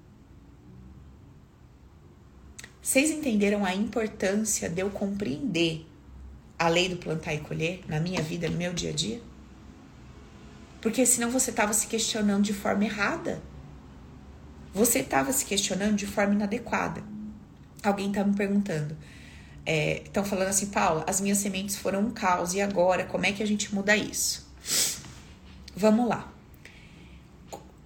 Vocês entenderam a importância de eu compreender a lei do plantar e colher na minha vida, no meu dia a dia? Porque senão você estava se questionando de forma errada. Você estava se questionando de forma inadequada. Alguém tá me perguntando. Estão é, falando assim, Paula, as minhas sementes foram um caos, e agora, como é que a gente muda isso? Vamos lá.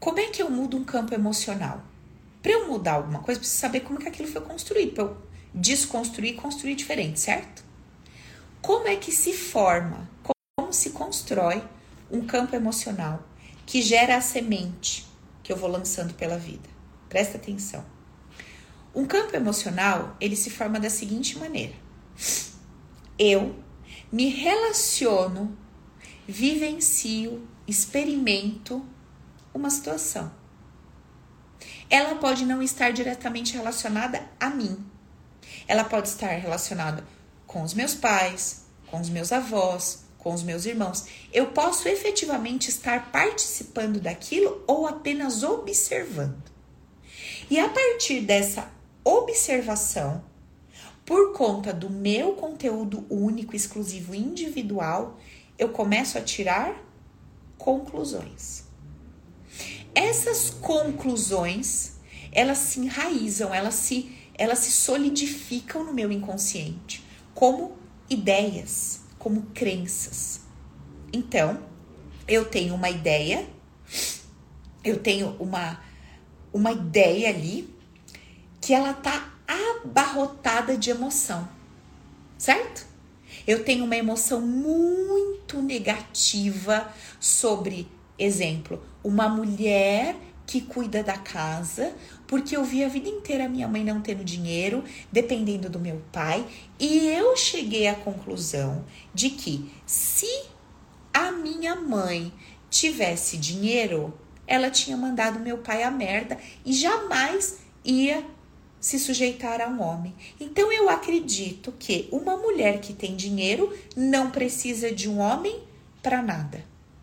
Como é que eu mudo um campo emocional? Para eu mudar alguma coisa, eu preciso saber como que aquilo foi construído, para eu desconstruir e construir diferente, certo? Como é que se forma, como se constrói um campo emocional que gera a semente que eu vou lançando pela vida? Presta atenção. Um campo emocional, ele se forma da seguinte maneira. Eu me relaciono, vivencio, experimento uma situação. Ela pode não estar diretamente relacionada a mim. Ela pode estar relacionada com os meus pais, com os meus avós, com os meus irmãos. Eu posso efetivamente estar participando daquilo ou apenas observando. E a partir dessa observação, por conta do meu conteúdo único, exclusivo, individual, eu começo a tirar conclusões. Essas conclusões, elas se enraizam, elas se, elas se solidificam no meu inconsciente, como ideias, como crenças. Então, eu tenho uma ideia, eu tenho uma, uma ideia ali, que ela tá abarrotada de emoção, certo? Eu tenho uma emoção muito negativa sobre, exemplo, uma mulher que cuida da casa, porque eu vi a vida inteira a minha mãe não tendo dinheiro, dependendo do meu pai, e eu cheguei à conclusão de que se a minha mãe tivesse dinheiro, ela tinha mandado meu pai a merda e jamais ia se sujeitar a um homem. Então eu acredito que uma mulher que tem dinheiro não precisa de um homem para nada.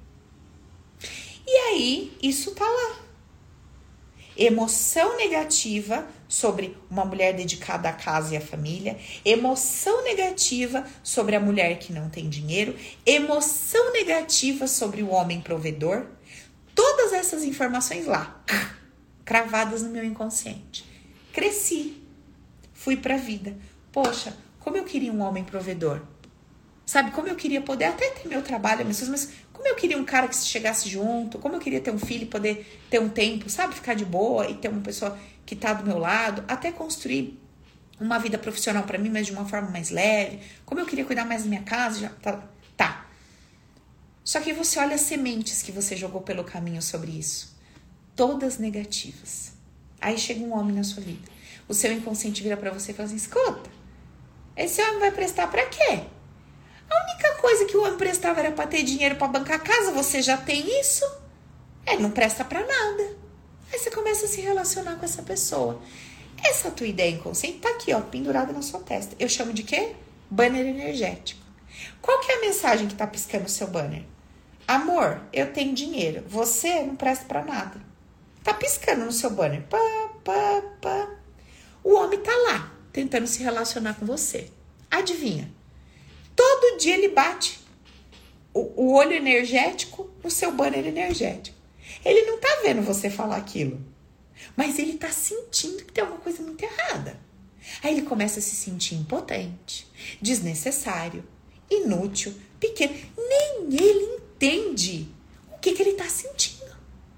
E aí, isso tá lá. Emoção negativa sobre uma mulher dedicada à casa e à família, emoção negativa sobre a mulher que não tem dinheiro, emoção negativa sobre o homem provedor, todas essas informações lá, cravadas no meu inconsciente. Cresci, fui pra vida. Poxa, como eu queria um homem provedor. Sabe, como eu queria poder até ter meu trabalho, mas como eu queria um cara que chegasse junto, como eu queria ter um filho e poder ter um tempo, sabe, ficar de boa e ter uma pessoa que tá do meu lado, até construir uma vida profissional pra mim, mas de uma forma mais leve, como eu queria cuidar mais da minha casa, já tá, tá. Só que você olha as sementes que você jogou pelo caminho sobre isso, todas negativas. Aí chega um homem na sua vida, o seu inconsciente vira pra você e fala assim, escuta, esse homem vai prestar pra quê? A única coisa que o homem prestava era pra ter dinheiro pra bancar a casa, você já tem isso? Ele não presta pra nada. Aí você começa a se relacionar com essa pessoa. Essa tua ideia inconsciente tá aqui, ó, pendurada na sua testa. Eu chamo de quê? Banner energético. Qual que é a mensagem que tá piscando no seu banner? Amor, eu tenho dinheiro, você não presta pra nada. Tá piscando no seu banner. Pá, pá, pá. O homem tá lá, tentando se relacionar com você. Adivinha? Todo dia ele bate o, o olho energético no seu banner energético. Ele não tá vendo você falar aquilo, mas ele tá sentindo que tem alguma coisa muito errada. Aí ele começa a se sentir impotente, desnecessário, inútil, pequeno. Nem ele entende o que, que ele tá sentindo.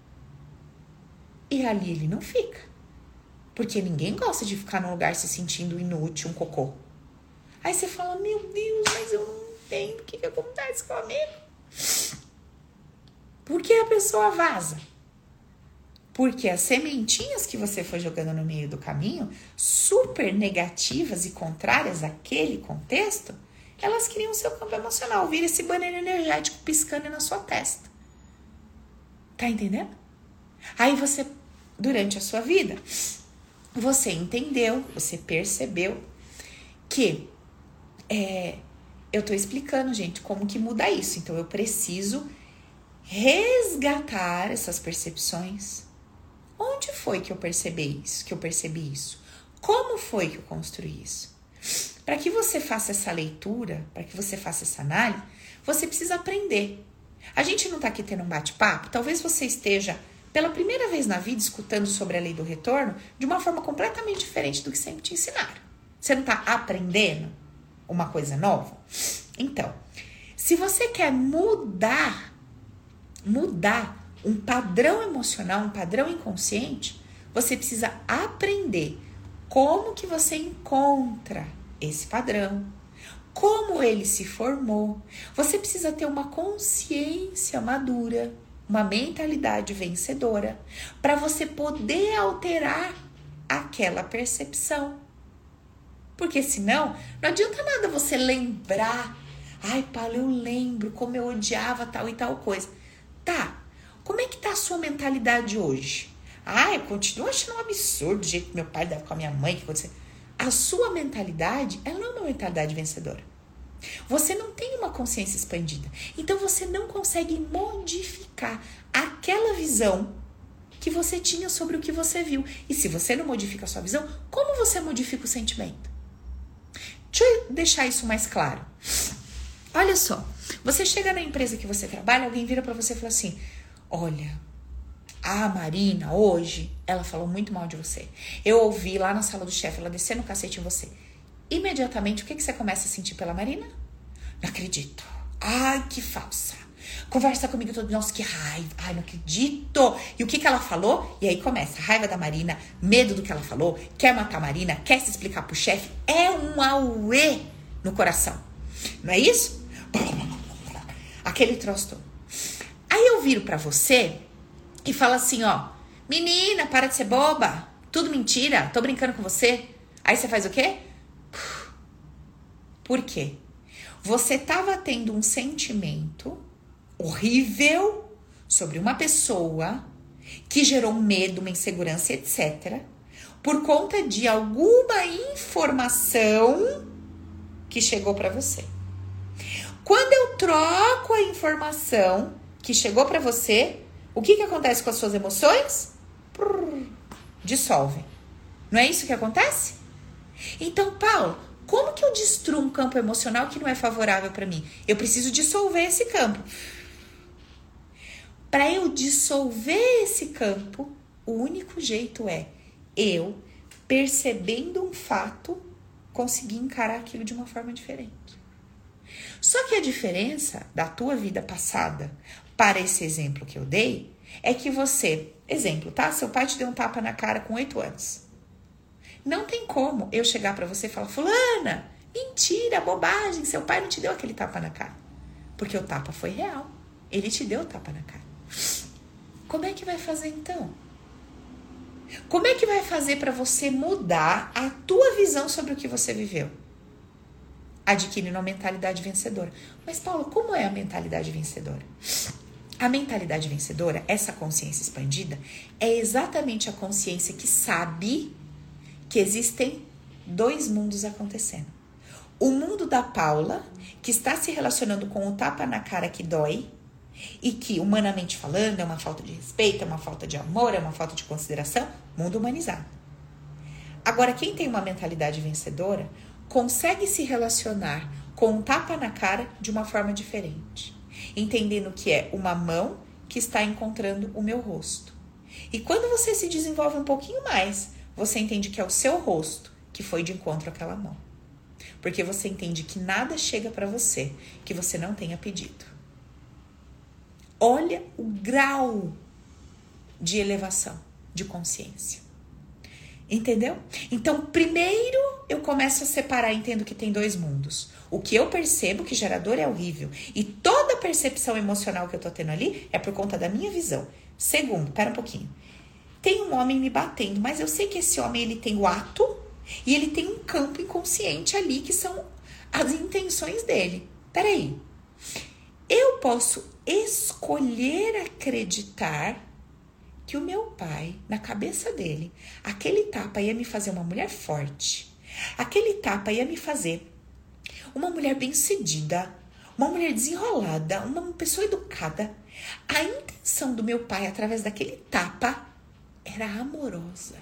E ali ele não fica, porque ninguém gosta de ficar num lugar se sentindo inútil, um cocô. Aí você fala, meu Deus, mas eu não entendo o que, que acontece comigo. Por que a pessoa vaza? Porque as sementinhas que você foi jogando no meio do caminho, super negativas e contrárias àquele contexto, elas criam o seu campo emocional, vira esse banner energético piscando na sua testa. Tá entendendo? Aí você, durante a sua vida, você entendeu, você percebeu que É, eu tô explicando, gente, como que muda isso. Então, eu preciso resgatar essas percepções. Onde foi que eu percebi isso? Que eu percebi isso? Como foi que eu construí isso? Para que você faça essa leitura, para que você faça essa análise, você precisa aprender. A gente não tá aqui tendo um bate-papo. Talvez você esteja, pela primeira vez na vida, escutando sobre a lei do retorno de uma forma completamente diferente do que sempre te ensinaram. Você não tá aprendendo uma coisa nova? Então, se você quer mudar, mudar um padrão emocional, um padrão inconsciente, você precisa aprender como que você encontra esse padrão, como ele se formou. Você precisa ter uma consciência madura, uma mentalidade vencedora, para você poder alterar aquela percepção. Porque senão, não adianta nada você lembrar. Ai, Paulo, eu lembro como eu odiava tal e tal coisa. Tá, como é que tá a sua mentalidade hoje? Ah, eu continuo achando um absurdo o jeito que meu pai dava com a minha mãe, que aconteceu. A sua mentalidade, ela não é uma mentalidade vencedora. Você não tem uma consciência expandida. Então você não consegue modificar aquela visão que você tinha sobre o que você viu. E se você não modifica a sua visão, como você modifica o sentimento? Deixa eu deixar isso mais claro. Olha só, você chega na empresa que você trabalha, alguém vira pra você e fala assim: olha, a Marina hoje, ela falou muito mal de você. Eu ouvi lá na sala do chefe, ela descendo o cacete em você. Imediatamente, o que, que você começa a sentir pela Marina? Não acredito. Ai, que falsa. Conversa comigo todo, nossa, que raiva. Ai, não acredito. E o que, que ela falou? E aí começa a raiva da Marina, medo do que ela falou, quer matar a Marina, quer se explicar pro chefe. É um auê no coração. Não é isso? Aquele troço todo. Aí eu viro pra você e falo assim, ó, menina, para de ser boba. Tudo mentira, tô brincando com você. Aí você faz o quê? Por quê? Você estava tendo um sentimento horrível sobre uma pessoa que gerou um medo, uma insegurança, etcétera, por conta de alguma informação que chegou para você. Quando eu troco a informação que chegou para você, o que, que acontece com as suas emoções? Prrr, dissolvem. Não é isso que acontece? Então, Paulo, como que eu destruo um campo emocional que não é favorável para mim? Eu preciso dissolver esse campo. Para eu dissolver esse campo, o único jeito é eu, percebendo um fato, conseguir encarar aquilo de uma forma diferente. Só que a diferença da tua vida passada para esse exemplo que eu dei é que você, exemplo, tá? Seu pai te deu um tapa na cara com oito anos. Não tem como eu chegar pra você e falar, fulana, mentira, bobagem, seu pai não te deu aquele tapa na cara. Porque o tapa foi real. Ele te deu o tapa na cara. Como é que vai fazer então? Como é que vai fazer pra você mudar a tua visão sobre o que você viveu? Adquirindo uma mentalidade vencedora. Mas, Paulo, como é a mentalidade vencedora? A mentalidade vencedora, essa consciência expandida, é exatamente a consciência que sabe que existem dois mundos acontecendo. O mundo da Paula, que está se relacionando com o tapa na cara que dói, e que, humanamente falando, é uma falta de respeito, é uma falta de amor, é uma falta de consideração, mundo humanizado. Agora, quem tem uma mentalidade vencedora, consegue se relacionar com um tapa na cara de uma forma diferente, entendendo que é uma mão que está encontrando o meu rosto. E quando você se desenvolve um pouquinho mais, você entende que é o seu rosto que foi de encontro àquela mão. Porque você entende que nada chega para você que você não tenha pedido. Olha o grau de elevação de consciência. Entendeu? Então, primeiro eu começo a separar, entendo que tem dois mundos. O que eu percebo que gera dor é horrível. E toda a percepção emocional que eu tô tendo ali é por conta da minha visão. Segundo, pera um pouquinho. Tem um homem me batendo, mas eu sei que esse homem ele tem o ato e ele tem um campo inconsciente ali que são as intenções dele. Peraí. Eu posso escolher acreditar que o meu pai, na cabeça dele, aquele tapa ia me fazer uma mulher forte. Aquele tapa ia me fazer uma mulher bem-sucedida, uma mulher desenrolada, uma pessoa educada. A intenção do meu pai, através daquele tapa, era amorosa.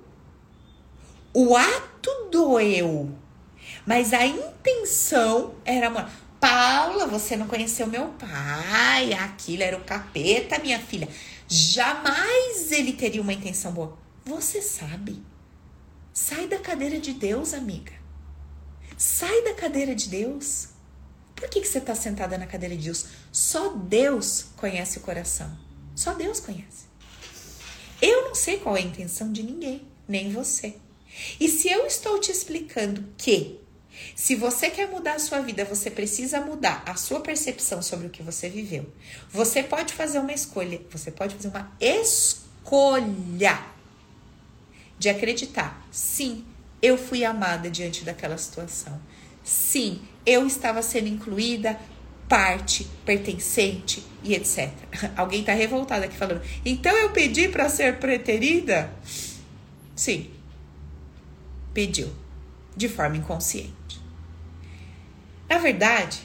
O ato doeu, mas a intenção era amor. Paula, você não conheceu meu pai, aquilo era o capeta, minha filha. Jamais ele teria uma intenção boa. Você sabe. Sai da cadeira de Deus, amiga. Sai da cadeira de Deus. Por que, que você está sentada na cadeira de Deus? Só Deus conhece o coração. Só Deus conhece. Eu não sei qual é a intenção de ninguém, nem você. E se eu estou te explicando que, se você quer mudar a sua vida, você precisa mudar a sua percepção sobre o que você viveu. Você pode fazer uma escolha, você pode fazer uma escolha de acreditar. Sim, eu fui amada diante daquela situação. Sim, eu estava sendo incluída, parte, pertencente e etcétera. Alguém está revoltado aqui falando, então eu pedi para ser preterida? Sim, pediu, de forma inconsciente. Na verdade,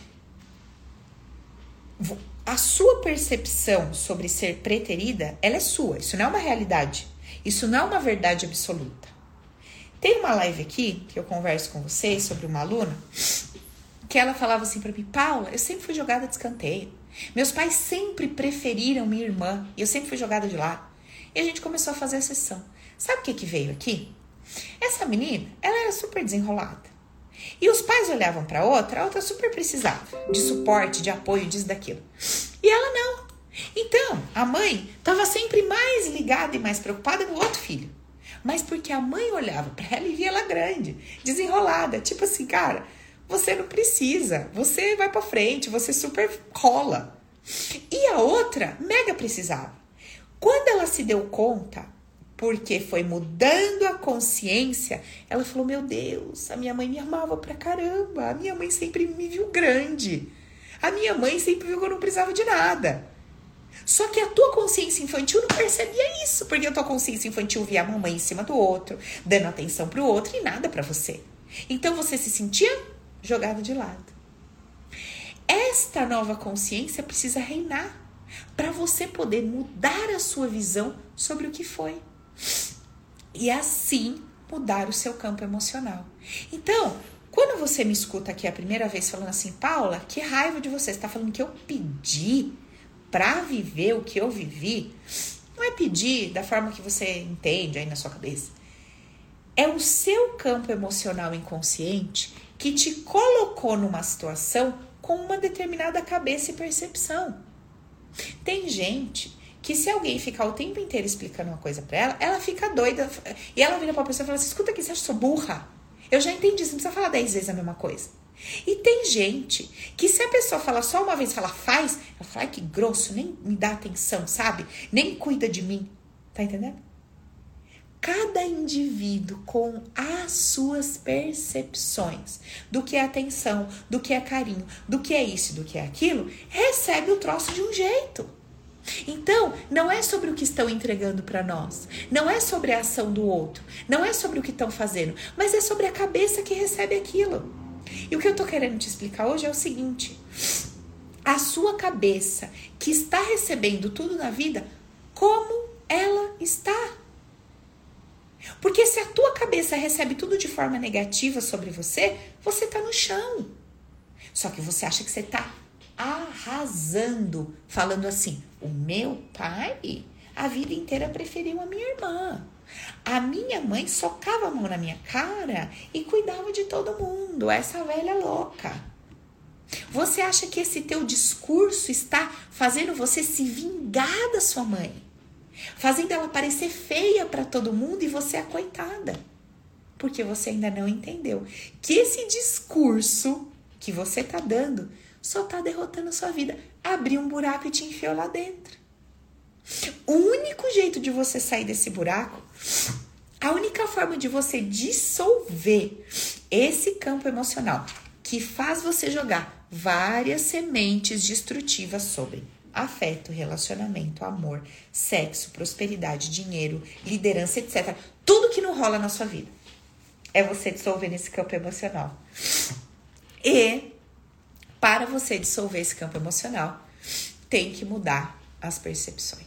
a sua percepção sobre ser preterida, ela é sua. Isso não é uma realidade. Isso não é uma verdade absoluta. Tem uma live aqui, que eu converso com vocês, sobre uma aluna, que ela falava assim pra mim, Paula, eu sempre fui jogada de escanteio. Meus pais sempre preferiram minha irmã, e eu sempre fui jogada de lado. E a gente começou a fazer a sessão. Sabe o que que veio aqui? Essa menina, ela era super desenrolada. E os pais olhavam pra outra, a outra super precisava de suporte, de apoio, disso, daquilo. E ela não. Então, a mãe estava sempre mais ligada e mais preocupada no outro filho. Mas porque a mãe olhava pra ela e via ela grande, desenrolada. Tipo assim, cara, você não precisa. Você vai pra frente, você super rola. E a outra mega precisava. Quando ela se deu conta, porque foi mudando a consciência, ela falou, meu Deus, a minha mãe me amava pra caramba. A minha mãe sempre me viu grande. A minha mãe sempre viu que eu não precisava de nada. Só que a tua consciência infantil não percebia isso, porque a tua consciência infantil via a mamãe em cima do outro, dando atenção pro outro e nada pra você. Então você se sentia jogado de lado. Esta nova consciência precisa reinar para você poder mudar a sua visão sobre o que foi. E assim mudar o seu campo emocional. Então, quando você me escuta aqui a primeira vez falando assim, Paula, que raiva de você, você está falando que eu pedi para viver o que eu vivi, não é pedir da forma que você entende aí na sua cabeça. É o seu campo emocional inconsciente que te colocou numa situação com uma determinada cabeça e percepção. Tem gente que se alguém ficar o tempo inteiro explicando uma coisa pra ela, ela fica doida. E ela vira pra pessoa e fala assim, escuta aqui, você acha que eu sou burra? Eu já entendi, você não precisa falar dez vezes a mesma coisa. E tem gente que se a pessoa fala só uma vez, fala faz, ela fala, ai que grosso, nem me dá atenção, sabe? Nem cuida de mim. Tá entendendo? Cada indivíduo com as suas percepções do que é atenção, do que é carinho, do que é isso, do que é aquilo, recebe o troço de um jeito. Então, não é sobre o que estão entregando para nós, não é sobre a ação do outro, não é sobre o que estão fazendo, mas é sobre a cabeça que recebe aquilo. E o que eu tô querendo te explicar hoje é o seguinte, a sua cabeça que está recebendo tudo na vida, como ela está? Porque se a tua cabeça recebe tudo de forma negativa sobre você, você tá no chão. Só que você acha que você tá arrasando, falando assim, o meu pai a vida inteira preferiu a minha irmã. A minha mãe socava a mão na minha cara e cuidava de todo mundo, essa velha louca. Você acha que esse teu discurso está fazendo você se vingar da sua mãe? Fazendo ela parecer feia para todo mundo e você é a coitada. Porque você ainda não entendeu que esse discurso que você tá dando só tá derrotando a sua vida. Abriu um buraco e te enfiou lá dentro. O único jeito de você sair desse buraco, a única forma de você dissolver esse campo emocional que faz você jogar várias sementes destrutivas sobre afeto, relacionamento, amor, sexo, prosperidade, dinheiro, liderança, etcétera. Tudo que não rola na sua vida é você dissolver nesse campo emocional. E para você dissolver esse campo emocional, tem que mudar as percepções.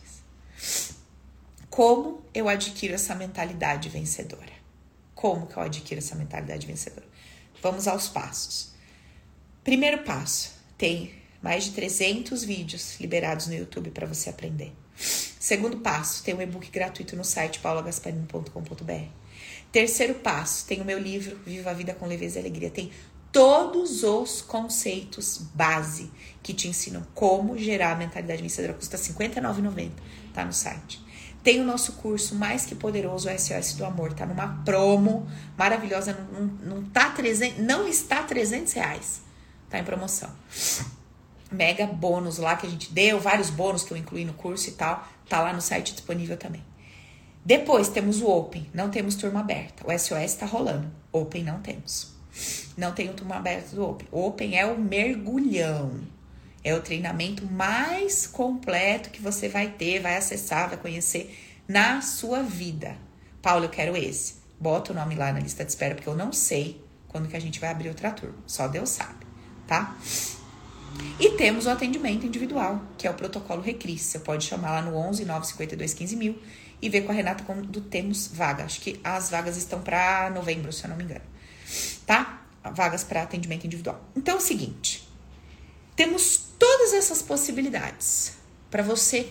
Como eu adquiro essa mentalidade vencedora? Como que eu adquiro essa mentalidade vencedora? Vamos aos passos. Primeiro passo, tem mais de trezentos vídeos liberados no YouTube para você aprender. Segundo passo, tem um e-book gratuito no site paula gasparini ponto com ponto b r. Terceiro passo, tem o meu livro Viva a Vida com Leveza e Alegria. Tem todos os conceitos base que te ensinam como gerar a mentalidade vencedora. Custa cinquenta e nove reais e noventa centavos, tá no site. Tem o nosso curso Mais Que Poderoso, o S O S do Amor, tá numa promo maravilhosa, não, não, não, tá trezentos, não está trezentos reais, tá em promoção. Mega bônus lá que a gente deu, vários bônus que eu incluí no curso e tal, tá lá no site disponível também. Depois temos o Open, não temos turma aberta, o S O S tá rolando, Open não temos. Não tem o turma aberta do Open. O Open é o mergulhão. É o treinamento mais completo que você vai ter, vai acessar, vai conhecer na sua vida. Paulo, eu quero esse. Bota o nome lá na lista de espera, porque eu não sei quando que a gente vai abrir outra turma. Só Deus sabe, tá? E temos o atendimento individual, que é o protocolo Recris. Você pode chamar lá no onze, nove cinquenta e dois, quinze mil e ver com a Renata quando temos vaga. Acho que as vagas estão para novembro, se eu não me engano. Tá? Vagas para atendimento individual. Então é o seguinte, temos todas essas possibilidades para você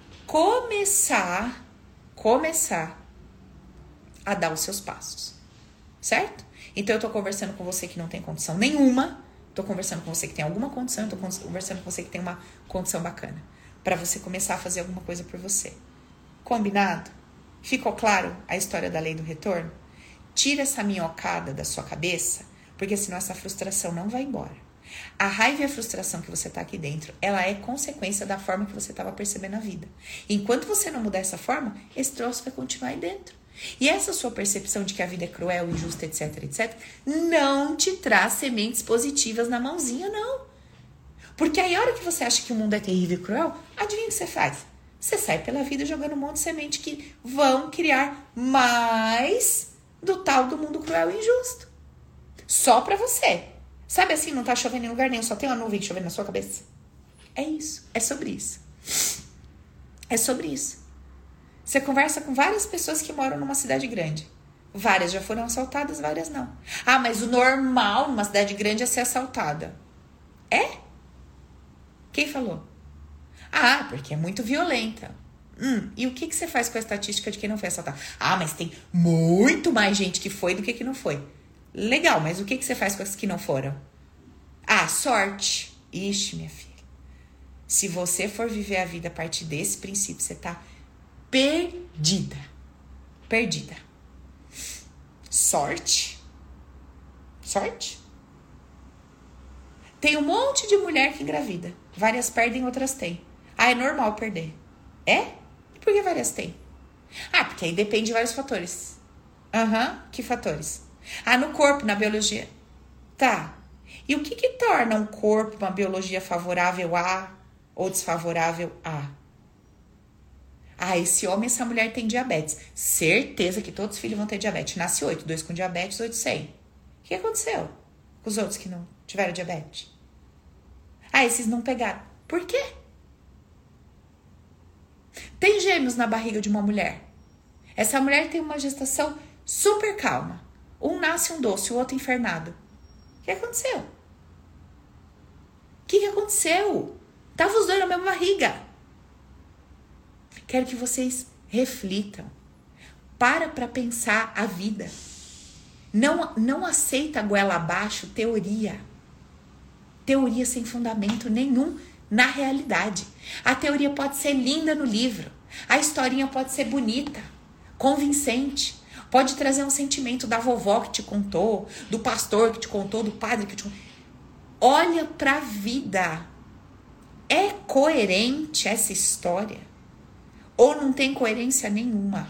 começar, começar a dar os seus passos, certo? Então eu tô conversando com você que não tem condição nenhuma, tô conversando com você que tem alguma condição, eu tô conversando com você que tem uma condição bacana, para você começar a fazer alguma coisa por você. Combinado? Ficou claro a história da lei do retorno? Tira essa minhocada da sua cabeça, porque senão essa frustração não vai embora. A raiva e a frustração que você tá aqui dentro, ela é consequência da forma que você estava percebendo a vida. Enquanto você não mudar essa forma, esse troço vai continuar aí dentro. E essa sua percepção de que a vida é cruel, injusta, etc, etc, não te traz sementes positivas na mãozinha, não. Porque aí a hora que você acha que o mundo é terrível e cruel, adivinha o que você faz? Você sai pela vida jogando um monte de semente que vão criar mais do tal do mundo cruel e injusto. Só pra você. Sabe assim, não tá chovendo em lugar nenhum, só tem uma nuvem chovendo na sua cabeça? É isso, é sobre isso. É sobre isso. Você conversa com várias pessoas que moram numa cidade grande. Várias já foram assaltadas, várias não. Ah, mas o normal numa cidade grande é ser assaltada. É? Quem falou? Ah, porque é muito violenta. Hum, e o que, que você faz com a estatística de quem não foi assaltado? Ah, mas tem muito mais gente que foi do que que não foi. Legal, mas o que, que você faz com as que não foram? Ah, sorte. Ixi, minha filha. Se você for viver a vida a partir desse princípio, você tá perdida. Perdida. Sorte. Sorte. Tem um monte de mulher que engravida. Várias perdem, outras têm. Ah, é normal perder. É? E por que várias têm? Ah, porque aí depende de vários fatores. Aham, uhum. Que fatores? Ah, no corpo, na biologia. Tá. E o que que torna um corpo, uma biologia favorável a ou desfavorável a? Ah, esse homem, essa mulher tem diabetes. Certeza que todos os filhos vão ter diabetes. Nasce oito, dois com diabetes, oito sem. O que aconteceu com os outros que não tiveram diabetes? Ah, esses não pegaram. Por quê? Tem gêmeos na barriga de uma mulher. Essa mulher tem uma gestação super calma. Um nasce um doce, o outro infernado. O que aconteceu? O que, que aconteceu? Tava os dois na mesma barriga. Quero que vocês reflitam. Para pra pensar a vida. Não, não aceita goela abaixo teoria. Teoria sem fundamento nenhum na realidade. A teoria pode ser linda no livro. A historinha pode ser bonita, convincente. Pode trazer um sentimento da vovó que te contou, do pastor que te contou, do padre que te contou. Olha pra vida. É coerente essa história? Ou não tem coerência nenhuma?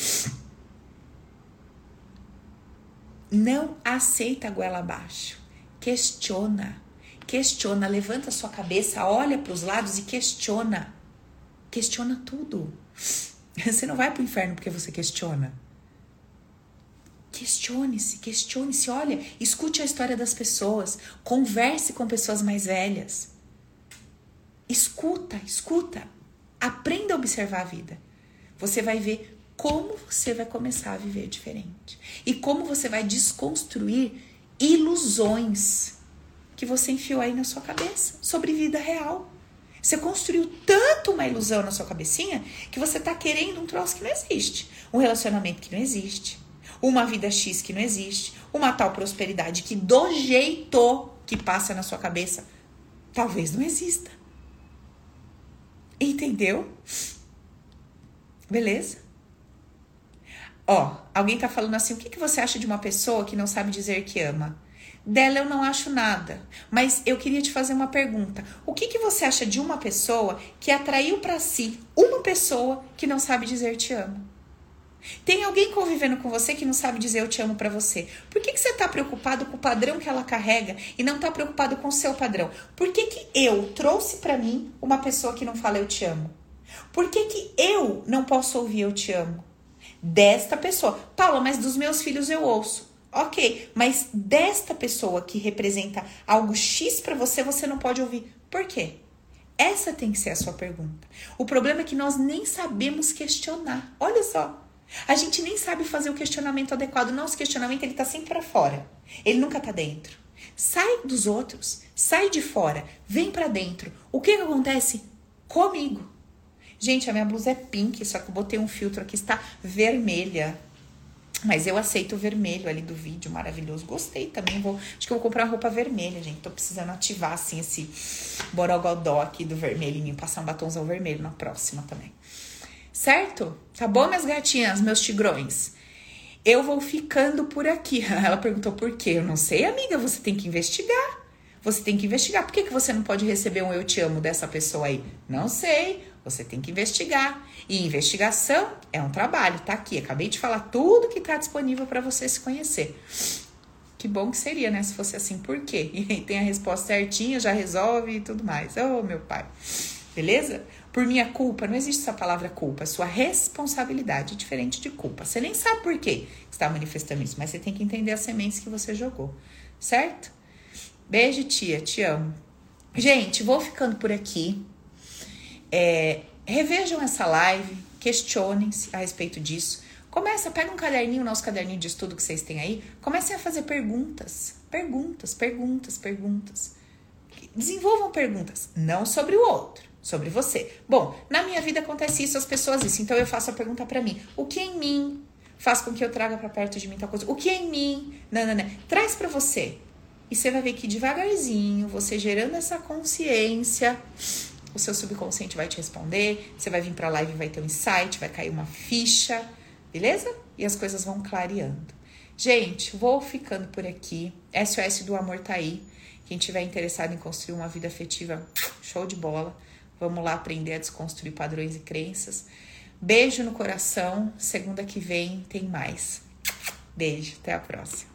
Não aceita a goela abaixo. Questiona. Questiona. Levanta a sua cabeça, olha para os lados e questiona. Questiona tudo. Você não vai pro inferno porque você questiona. Questione-se, questione-se, olha, escute a história das pessoas, converse com pessoas mais velhas. Escuta, escuta, aprenda a observar a vida. Você vai ver como você vai começar a viver diferente. E como você vai desconstruir ilusões que você enfiou aí na sua cabeça sobre vida real. Você construiu tanto uma ilusão na sua cabecinha que você tá querendo um troço que não existe. Um relacionamento que não existe. uma vida X que não existe, uma tal prosperidade que do jeito que passa na sua cabeça, talvez não exista. Entendeu? Beleza? Ó, alguém tá falando assim, o que, que você acha de uma pessoa que não sabe dizer que ama? Dela eu não acho nada, mas eu queria te fazer uma pergunta. O que, que você acha de uma pessoa que atraiu pra si uma pessoa que não sabe dizer te amo? Tem alguém convivendo com você que não sabe dizer eu te amo pra você. Por que, que você tá preocupado com o padrão que ela carrega e não tá preocupado com o seu padrão? Por que, que eu trouxe pra mim uma pessoa que não fala eu te amo? Por que, que eu não posso ouvir eu te amo? Desta pessoa. Paula, mas dos meus filhos eu ouço. Ok, mas desta pessoa que representa algo X pra você, você não pode ouvir. Por quê? Essa tem que ser a sua pergunta. O problema é que nós nem sabemos questionar. Olha só. A gente nem sabe fazer o questionamento adequado. O nosso questionamento, ele tá sempre pra fora. Ele nunca tá dentro. Sai dos outros. Sai de fora. Vem pra dentro. O que que acontece? Comigo. Gente, a minha blusa é pink, só que eu botei um filtro aqui, está vermelha. Mas eu aceito o vermelho ali do vídeo, maravilhoso. Gostei também, vou, acho que eu vou comprar roupa vermelha, gente. Tô precisando ativar, assim, esse borogodó aqui do vermelho em mim. Passar um batomzão vermelho na próxima também. Certo? Tá bom, minhas gatinhas, meus tigrões? Eu vou ficando por aqui. Ela perguntou por quê. Eu não sei, amiga, você tem que investigar. Você tem que investigar. Por que, que você não pode receber um eu te amo dessa pessoa aí? Não sei. Você tem que investigar. E investigação é um trabalho, tá aqui. Acabei de falar tudo que tá disponível para você se conhecer. Que bom que seria, né? Se fosse assim, por quê? E aí tem a resposta certinha, já resolve e tudo mais. Oh, meu pai. Beleza? Por minha culpa, não existe essa palavra culpa. É sua responsabilidade, diferente de culpa. Você nem sabe por quê que está manifestando isso, mas você tem que entender as sementes que você jogou. Certo? Beijo, tia. Te amo. Gente, vou ficando por aqui. É, revejam essa live, questionem-se a respeito disso. Começa, pega um caderninho, o nosso caderninho de estudo que vocês têm aí. Comecem a fazer perguntas, perguntas, perguntas, perguntas. Desenvolvam perguntas, não sobre o outro, sobre você. Bom, na minha vida acontece isso, as pessoas isso, então eu faço a pergunta pra mim. O que em mim faz com que eu traga pra perto de mim tal coisa? O que em mim? Não, não, não. Traz pra você. E você vai ver que devagarzinho, você gerando essa consciência, o seu subconsciente vai te responder, você vai vir pra live e vai ter um insight, vai cair uma ficha, beleza? E as coisas vão clareando. Gente, vou ficando por aqui. S O S do Amor tá aí. Quem tiver interessado em construir uma vida afetiva, show de bola. Vamos lá aprender a desconstruir padrões e crenças. Beijo no coração. Segunda que vem tem mais. Beijo, até a próxima.